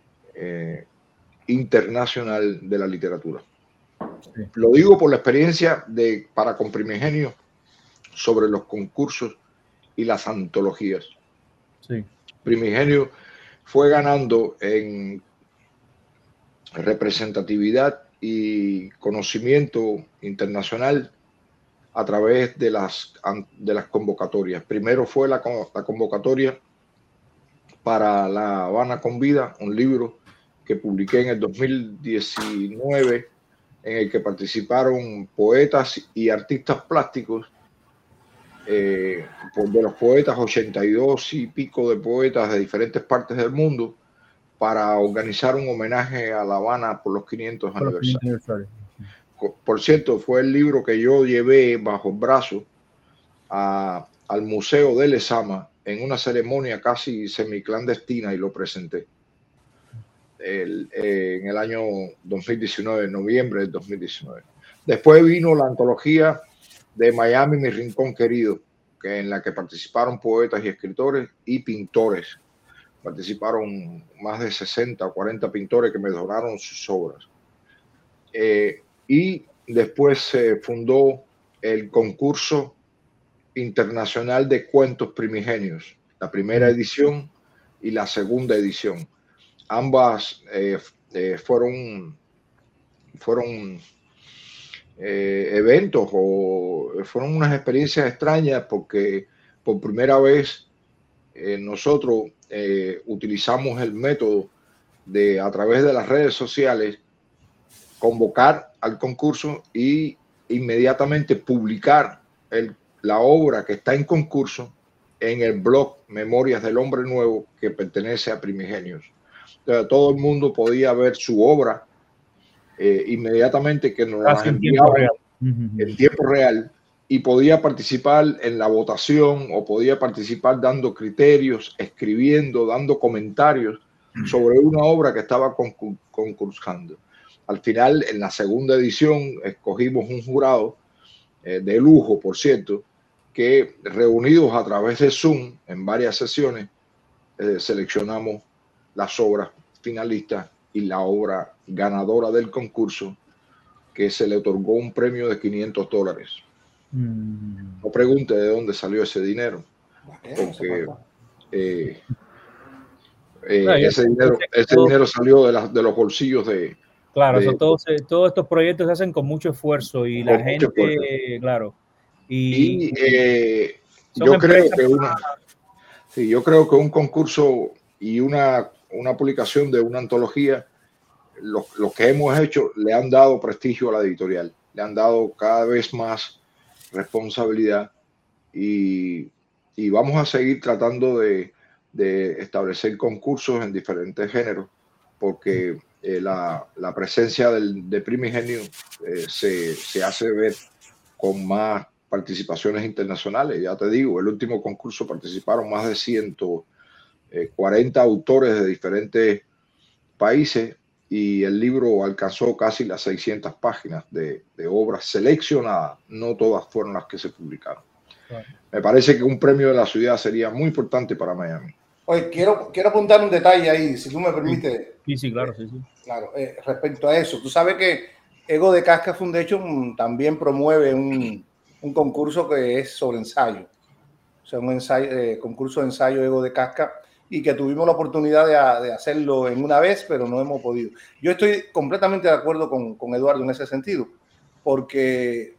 [SPEAKER 3] internacional de la literatura. Sí. Lo digo por la experiencia para con Primigenio sobre los concursos y las antologías.
[SPEAKER 2] Sí.
[SPEAKER 3] Primigenio fue ganando en representatividad y conocimiento internacional a través de las convocatorias. Primero fue la convocatoria para La Habana con Vida, un libro que publiqué en el 2019, en el que participaron poetas y artistas plásticos. De los poetas, 82 y pico de poetas de diferentes partes del mundo, para organizar un homenaje a La Habana por los 500 aniversarios. Por cierto, fue el libro que yo llevé bajo el brazo al Museo de Lezama en una ceremonia casi semiclandestina y lo presenté en el año 2019, en noviembre del 2019. Después vino la antología de Miami, Mi Rincón Querido, en la que participaron poetas y escritores y pintores. Participaron más de 60 o 40 pintores que me donaron sus obras. Y después se fundó el concurso internacional de cuentos primigenios, la primera edición y la segunda edición. Ambas fueron eventos o fueron unas experiencias extrañas porque por primera vez nosotros utilizamos el método de, a través de las redes sociales, convocar al concurso y inmediatamente publicar la obra que está en concurso en el blog Memorias del Hombre Nuevo, que pertenece a Primigenios. Entonces, todo el mundo podía ver su obra inmediatamente, que nos las enviaban en tiempo real, y podía participar en la votación o podía participar dando criterios, escribiendo, dando comentarios sobre una obra que estaba concursando. Al final, en la segunda edición, escogimos un jurado de lujo, por cierto, que reunidos a través de Zoom en varias sesiones, seleccionamos las obras finalistas y la obra ganadora del concurso, que se le otorgó un premio de $500. No pregunte de dónde salió ese dinero, porque ese dinero salió de los bolsillos de...
[SPEAKER 2] Claro, todos estos proyectos se hacen con mucho esfuerzo y la gente, claro.
[SPEAKER 3] Yo creo que un concurso y una publicación de una antología, lo que hemos hecho, le han dado prestigio a la editorial, le han dado cada vez más responsabilidad y vamos a seguir tratando de establecer concursos en diferentes géneros, porque la presencia de Primigenio se hace ver con más participaciones internacionales. Ya te digo, el último concurso participaron más de 140 autores de diferentes países y el libro alcanzó casi las 600 páginas de obras seleccionadas. No todas fueron las que se publicaron. Claro. Me parece que un premio de la ciudad sería muy importante para Miami.
[SPEAKER 5] Oye, quiero apuntar un detalle ahí, si tú me permites.
[SPEAKER 2] Sí, claro, sí.
[SPEAKER 5] Claro, respecto a eso, tú sabes que Ego de Casca Foundation también promueve un concurso que es sobre ensayo. O sea, un ensayo, concurso de ensayo Ego de Casca, y que tuvimos la oportunidad de hacerlo en una vez, pero no hemos podido. Yo estoy completamente de acuerdo con Eduardo en ese sentido, porque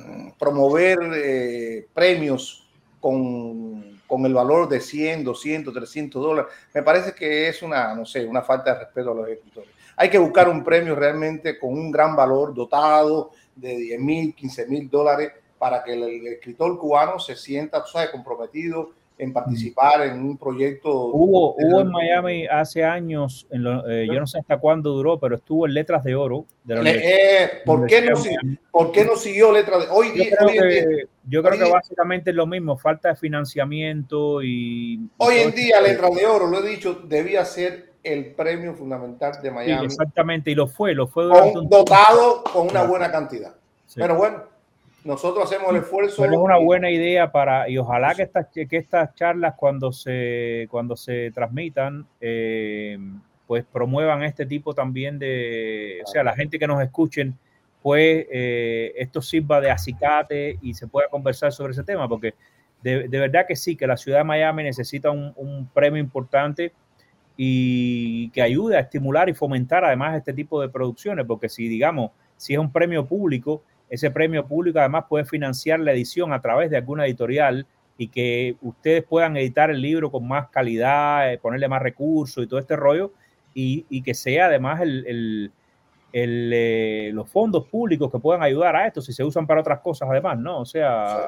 [SPEAKER 5] promover premios con el valor de 100, 200, 300 dólares, me parece que es una falta de respeto a los escritores. Hay que buscar un premio realmente con un gran valor, dotado de 10,000, 15,000 dólares, para que el escritor cubano se sienta, tú sabes, comprometido en participar en un proyecto.
[SPEAKER 2] Hubo en Miami hace años, yo no sé hasta cuándo duró, pero estuvo en Letras de Oro.
[SPEAKER 5] ¿Por qué no siguió Letras de Oro?
[SPEAKER 2] Yo creo que básicamente es lo mismo, falta de financiamiento y
[SPEAKER 5] hoy en día Letras de Oro, lo he dicho, debía ser el premio fundamental de Miami.
[SPEAKER 2] Sí, exactamente, y lo fue
[SPEAKER 5] dotado con una buena cantidad. Sí. Pero bueno, nosotros hacemos el esfuerzo.
[SPEAKER 2] Pero es una buena idea y ojalá que estas charlas cuando se transmitan, pues promuevan este tipo también o sea, la gente que nos escuchen, pues esto sirva de acicate y se pueda conversar sobre ese tema, porque de verdad que sí, que la ciudad de Miami necesita un premio importante y que ayude a estimular y fomentar además este tipo de producciones, porque si es un premio público, ese premio público además puede financiar la edición a través de alguna editorial y que ustedes puedan editar el libro con más calidad, ponerle más recursos y todo este rollo, y que sea además los fondos públicos que puedan ayudar a esto, si se usan para otras cosas además, ¿no? O sea,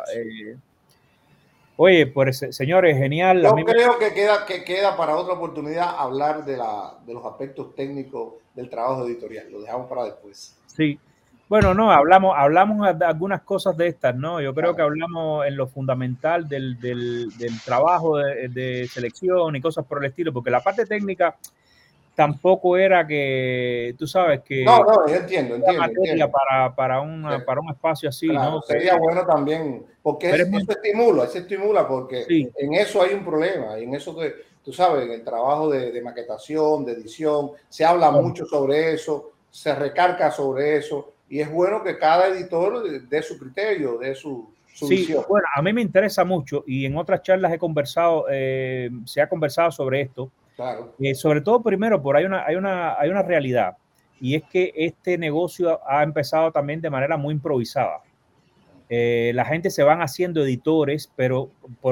[SPEAKER 2] oye, pues señores, genial.
[SPEAKER 5] Yo creo que queda para otra oportunidad hablar de los aspectos técnicos del trabajo editorial. Lo dejamos para después.
[SPEAKER 2] Sí. Bueno, no, hablamos de algunas cosas de estas, ¿no? Yo creo que hablamos en lo fundamental del trabajo de selección y cosas por el estilo, porque la parte técnica tampoco era que, tú sabes, que...
[SPEAKER 5] No, yo entiendo.
[SPEAKER 2] Para un espacio así, claro, ¿no?
[SPEAKER 5] Sería bueno también, porque eso estimula, porque sí, en eso hay un problema, y en eso que, tú sabes, en el trabajo de maquetación, de edición, se habla mucho sobre eso, se recarga sobre eso, y es bueno que cada editor dé su criterio, dé su visión.
[SPEAKER 2] Bueno, a mí me interesa mucho, y en otras charlas se ha conversado sobre esto.
[SPEAKER 5] Claro.
[SPEAKER 2] Sobre todo, primero, hay una realidad, y es que este negocio ha empezado también de manera muy improvisada. La gente se van haciendo editores, pero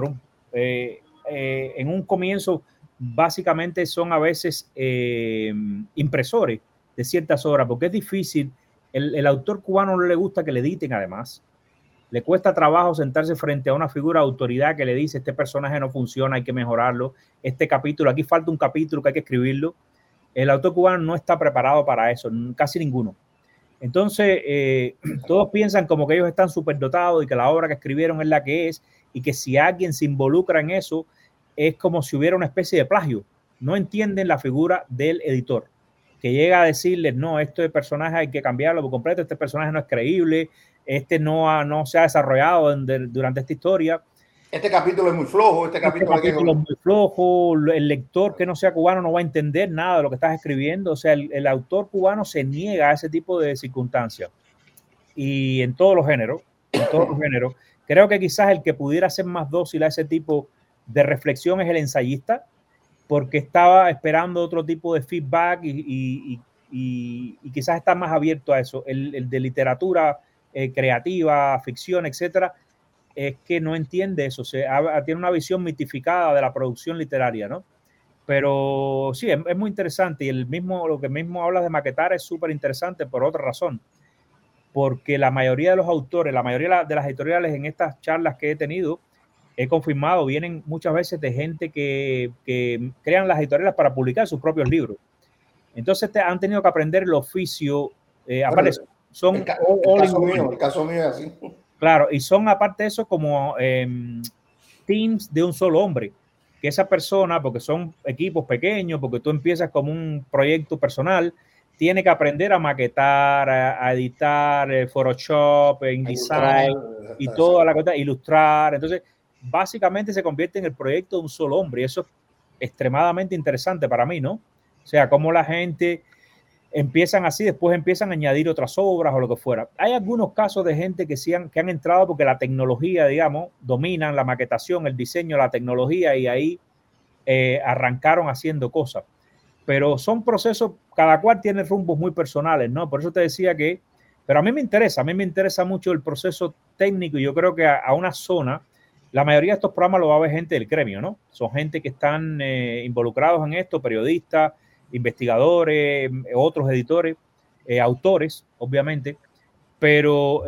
[SPEAKER 2] en un comienzo básicamente son a veces impresores de ciertas obras, porque es difícil. El autor cubano no le gusta que le editen, además. Le cuesta trabajo sentarse frente a una figura de autoridad que le dice: este personaje no funciona, hay que mejorarlo, este capítulo, aquí falta un capítulo que hay que escribirlo. El autor cubano no está preparado para eso, casi ninguno. Entonces, todos piensan como que ellos están superdotados y que la obra que escribieron es la que es, y que si alguien se involucra en eso, es como si hubiera una especie de plagio. No entienden la figura del editor, que llega a decirles, no, este personaje hay que cambiarlo por completo, este personaje no es creíble, este no se ha desarrollado durante esta historia.
[SPEAKER 5] Este capítulo es muy flojo, este capítulo
[SPEAKER 2] es muy flojo, el lector que no sea cubano no va a entender nada de lo que estás escribiendo, o sea, el autor cubano se niega a ese tipo de circunstancias. Y en todos los géneros, creo que quizás el que pudiera ser más dócil a ese tipo de reflexión es el ensayista, porque estaba esperando otro tipo de feedback y quizás está más abierto a eso. El de literatura creativa, ficción, etcétera, es que no entiende eso, tiene una visión mitificada de la producción literaria, ¿no? Pero sí, es muy interesante, y lo que mismo hablas de maquetar es súper interesante por otra razón, porque la mayoría de los autores, la mayoría de las editoriales en estas charlas que he tenido, he confirmado, vienen muchas veces de gente que crean las editoriales para publicar sus propios libros. Entonces han tenido que aprender el oficio, aparte son
[SPEAKER 5] el caso mío es así.
[SPEAKER 2] Claro, y son aparte de eso como teams de un solo hombre, que esa persona, porque son equipos pequeños, porque tú empiezas como un proyecto personal, tiene que aprender a maquetar, a editar, Photoshop, InDesign y toda la cosa, ilustrar. Entonces, básicamente se convierte en el proyecto de un solo hombre, y eso es extremadamente interesante para mí, ¿no? O sea, cómo la gente empiezan así, después empiezan a añadir otras obras o lo que fuera. Hay algunos casos de gente que han entrado porque la tecnología, digamos, dominan la maquetación, el diseño, la tecnología, y ahí arrancaron haciendo cosas. Pero son procesos, cada cual tiene rumbos muy personales, ¿no? Por eso te decía pero a mí me interesa mucho el proceso técnico, y yo creo que a una zona, la mayoría de estos programas lo va a ver gente del gremio, ¿no? Son gente que están involucrados en esto, periodistas, investigadores, otros editores, autores, obviamente, pero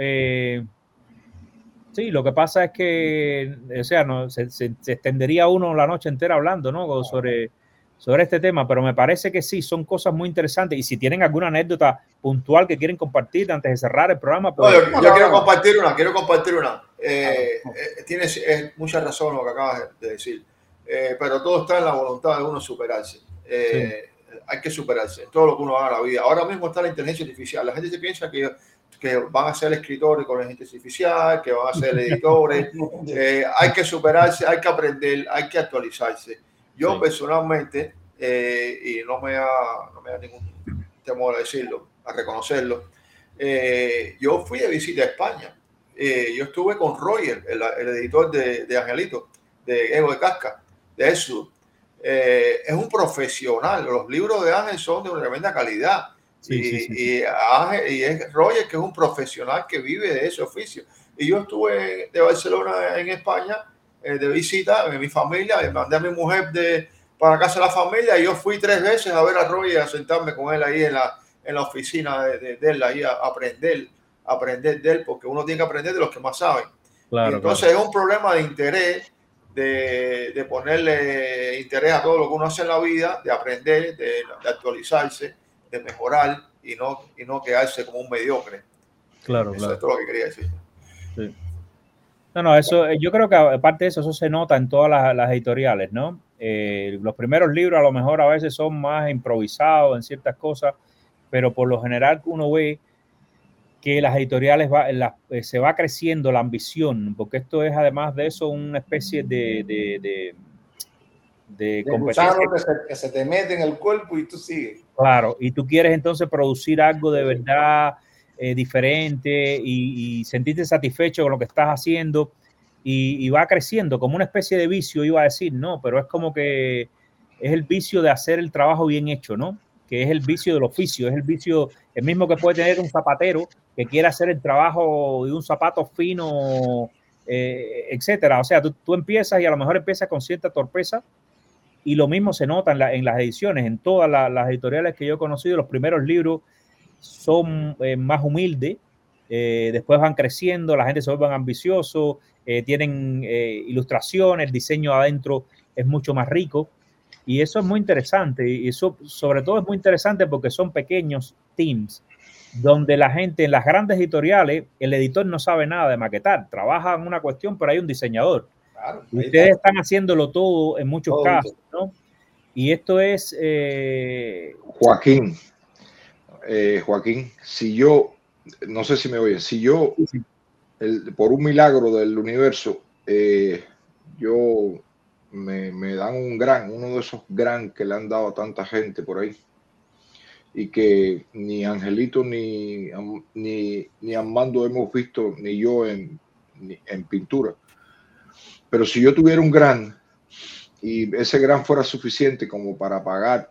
[SPEAKER 2] sí, lo que pasa es que, o sea, se extendería uno la noche entera hablando, ¿no? Sobre este tema, pero me parece que sí, son cosas muy interesantes, y si tienen alguna anécdota puntual que quieren compartir antes de cerrar el programa, pues...
[SPEAKER 4] No, yo quiero compartir una. Tienes mucha razón lo que acabas de decir, pero todo está en la voluntad de uno superarse. Sí. Hay que superarse en todo lo que uno haga en la vida. Ahora mismo está la inteligencia artificial. La gente se piensa que van a ser escritores con la inteligencia artificial, que van a ser editores. Hay que superarse, hay que aprender, hay que actualizarse. Yo personalmente, y no me da ningún temor a decirlo, a reconocerlo, yo fui de visita a España. Yo estuve con Roger, el editor de Angelito, de Ego de Casca, de Exodus. Es un profesional. Los libros de Ángel son de una tremenda calidad. Y es Roger, que es un profesional que vive de ese oficio. Y yo estuve de Barcelona en España de visita en mi familia, me mandé a mi mujer para casa de la familia, y yo fui 3 veces a ver a Roger, a sentarme con él ahí en la oficina de él, ahí a aprender de él, porque uno tiene que aprender de los que más saben. Claro, y entonces es un problema de interés, de ponerle interés a todo lo que uno hace en la vida, de aprender, de actualizarse, de mejorar, y no quedarse como un mediocre.
[SPEAKER 2] Claro,
[SPEAKER 4] eso es todo lo que quería decir.
[SPEAKER 2] Sí. No, eso, yo creo que aparte de eso se nota en todas las editoriales, ¿no? Los primeros libros a lo mejor a veces son más improvisados en ciertas cosas, pero por lo general uno ve que las editoriales se va creciendo la ambición, porque esto es además de eso una especie de
[SPEAKER 5] competencia que se te mete en el cuerpo y tú sigues.
[SPEAKER 2] Claro, y tú quieres entonces producir algo de verdad diferente y sentirte satisfecho con lo que estás haciendo, y va creciendo como una especie de vicio, iba a decir, no, pero es como que es el vicio de hacer el trabajo bien hecho, ¿no? Que es el vicio del oficio, es el vicio, el mismo que puede tener un zapatero que quiere hacer el trabajo de un zapato fino, etcétera. O sea, tú empiezas y a lo mejor empiezas con cierta torpeza, y lo mismo se nota en las ediciones, en todas las editoriales que yo he conocido. Los primeros libros son más humildes, después van creciendo, la gente se vuelve ambicioso, tienen ilustraciones, el diseño adentro es mucho más rico, y eso es muy interesante, y eso sobre todo es muy interesante porque son pequeños teams, donde la gente en las grandes editoriales, el editor no sabe nada de maquetar, trabaja en una cuestión, pero hay un diseñador. Claro, ustedes están haciéndolo todo en muchos casos, ¿no? Y esto es...
[SPEAKER 3] Joaquín, si yo, no sé si me oyen, si yo, por un milagro del universo, yo me dan un gran, uno de esos gran que le han dado a tanta gente por ahí, y que ni Angelito ni Armando hemos visto, ni yo en pintura. Pero si yo tuviera un gran, y ese gran fuera suficiente como para pagar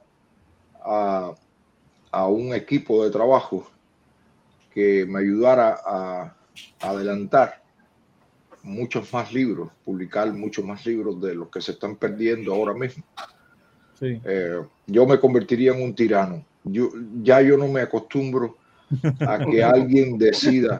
[SPEAKER 3] a un equipo de trabajo que me ayudara a adelantar muchos más libros, publicar muchos más libros de los que se están perdiendo ahora mismo, sí. Yo me convertiría en un tirano. Yo no me acostumbro a que alguien decida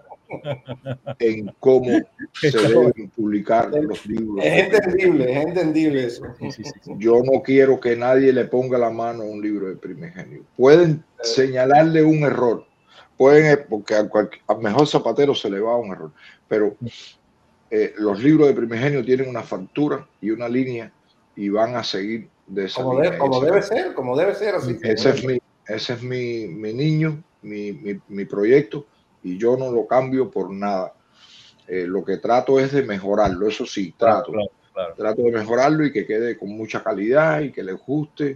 [SPEAKER 3] en cómo se deben publicar los libros.
[SPEAKER 5] Es entendible eso.
[SPEAKER 3] Yo no quiero que nadie le ponga la mano a un libro de Primigenio. Pueden señalarle un error, porque al mejor zapatero se le va un error, pero los libros de Primigenio tienen una factura y una línea y van a seguir de esa línea.
[SPEAKER 5] Como debe ser así.
[SPEAKER 3] Ese es mi niño, mi proyecto, y yo no lo cambio por nada. Lo que trato es de mejorarlo, eso sí, trato de mejorarlo y que quede con mucha calidad y que le guste,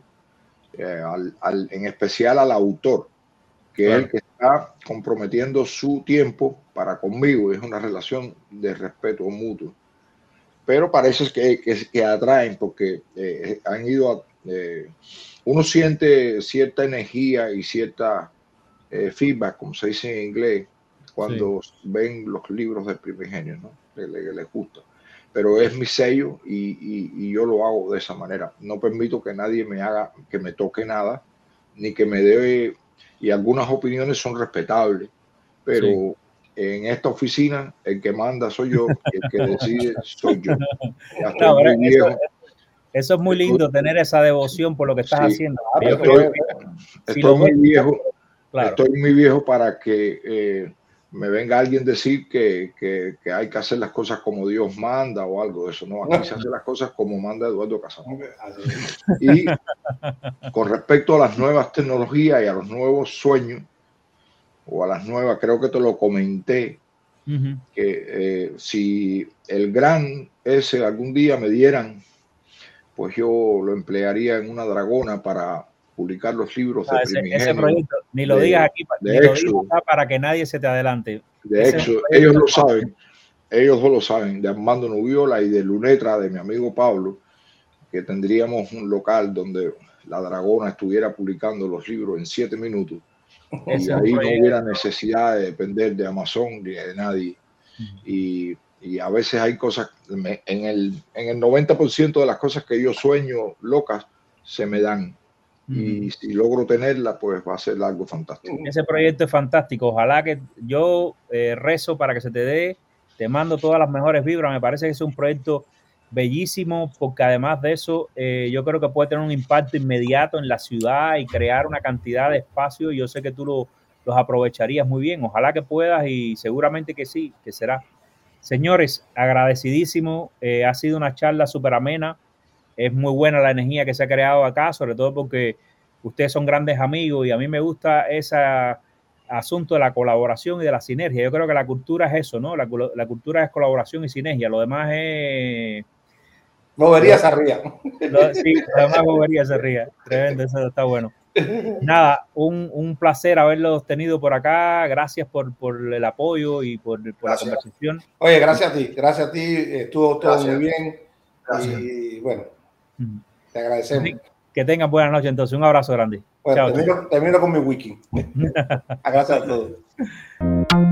[SPEAKER 3] en especial al autor, que es el que está comprometiendo su tiempo para conmigo. Es una relación de respeto mutuo. Pero parece que atraen, porque han ido a... uno siente cierta energía y cierta feedback, como se dice en inglés, cuando ven los libros de Primigenio, ¿no? Les gusta. Pero es mi sello y yo lo hago de esa manera. No permito que nadie que me toque nada, ni que me dé... Y algunas opiniones son respetables, pero en esta oficina el que manda soy yo y el que decide soy yo.
[SPEAKER 2] Eso es muy lindo, tener esa devoción por lo que estás haciendo.
[SPEAKER 3] Estoy muy viejo. Claro. Estoy muy viejo para que me venga alguien decir que hay que hacer las cosas como Dios manda o algo de eso. No, aquí se hacen las cosas como manda Eduardo Casanova. Y con respecto a las nuevas tecnologías y a los nuevos sueños, o a las nuevas, creo que te lo comenté, que si el gran ese algún día me dieran, pues yo lo emplearía en una dragona para publicar los libros de Primigenio.
[SPEAKER 2] Ese proyecto, ni lo digas aquí, ni lo digas acá para que nadie se te adelante.
[SPEAKER 3] De hecho, ellos lo saben, ellos no lo saben, de Armando Nubiola y de Lunetra, de mi amigo Pablo, que tendríamos un local donde la dragona estuviera publicando los libros en 7 minutos. Y ahí no hubiera necesidad de depender de Amazon ni de nadie. Y a veces hay cosas, en el 90% de las cosas que yo sueño locas, se me dan. Y si logro tenerla, pues va a ser algo fantástico.
[SPEAKER 2] Ese proyecto es fantástico. Ojalá que yo rezo para que se te dé. Te mando todas las mejores vibras. Me parece que es un proyecto bellísimo, porque además de eso, yo creo que puede tener un impacto inmediato en la ciudad y crear una cantidad de espacios. Yo sé que tú los aprovecharías muy bien. Ojalá que puedas, y seguramente que sí, que será. Señores, agradecidísimo. Ha sido una charla súper amena. Es muy buena la energía que se ha creado acá, sobre todo porque ustedes son grandes amigos y a mí me gusta ese asunto de la colaboración y de la sinergia. Yo creo que la cultura es eso, ¿no? La cultura es colaboración y sinergia. Lo demás es...
[SPEAKER 5] Bobería se ría.
[SPEAKER 2] Sí, lo demás bobería se ría. Tremendo, eso está bueno. Nada, un placer haberlos tenido por acá. Gracias por el apoyo y por la conversación.
[SPEAKER 5] Oye, gracias a ti. Estuvo todo muy bien. Gracias. Y bueno, te agradecemos.
[SPEAKER 2] Que tengan buena noche entonces. Un abrazo grande.
[SPEAKER 5] Bueno, termino con mi wiki. Gracias a todos.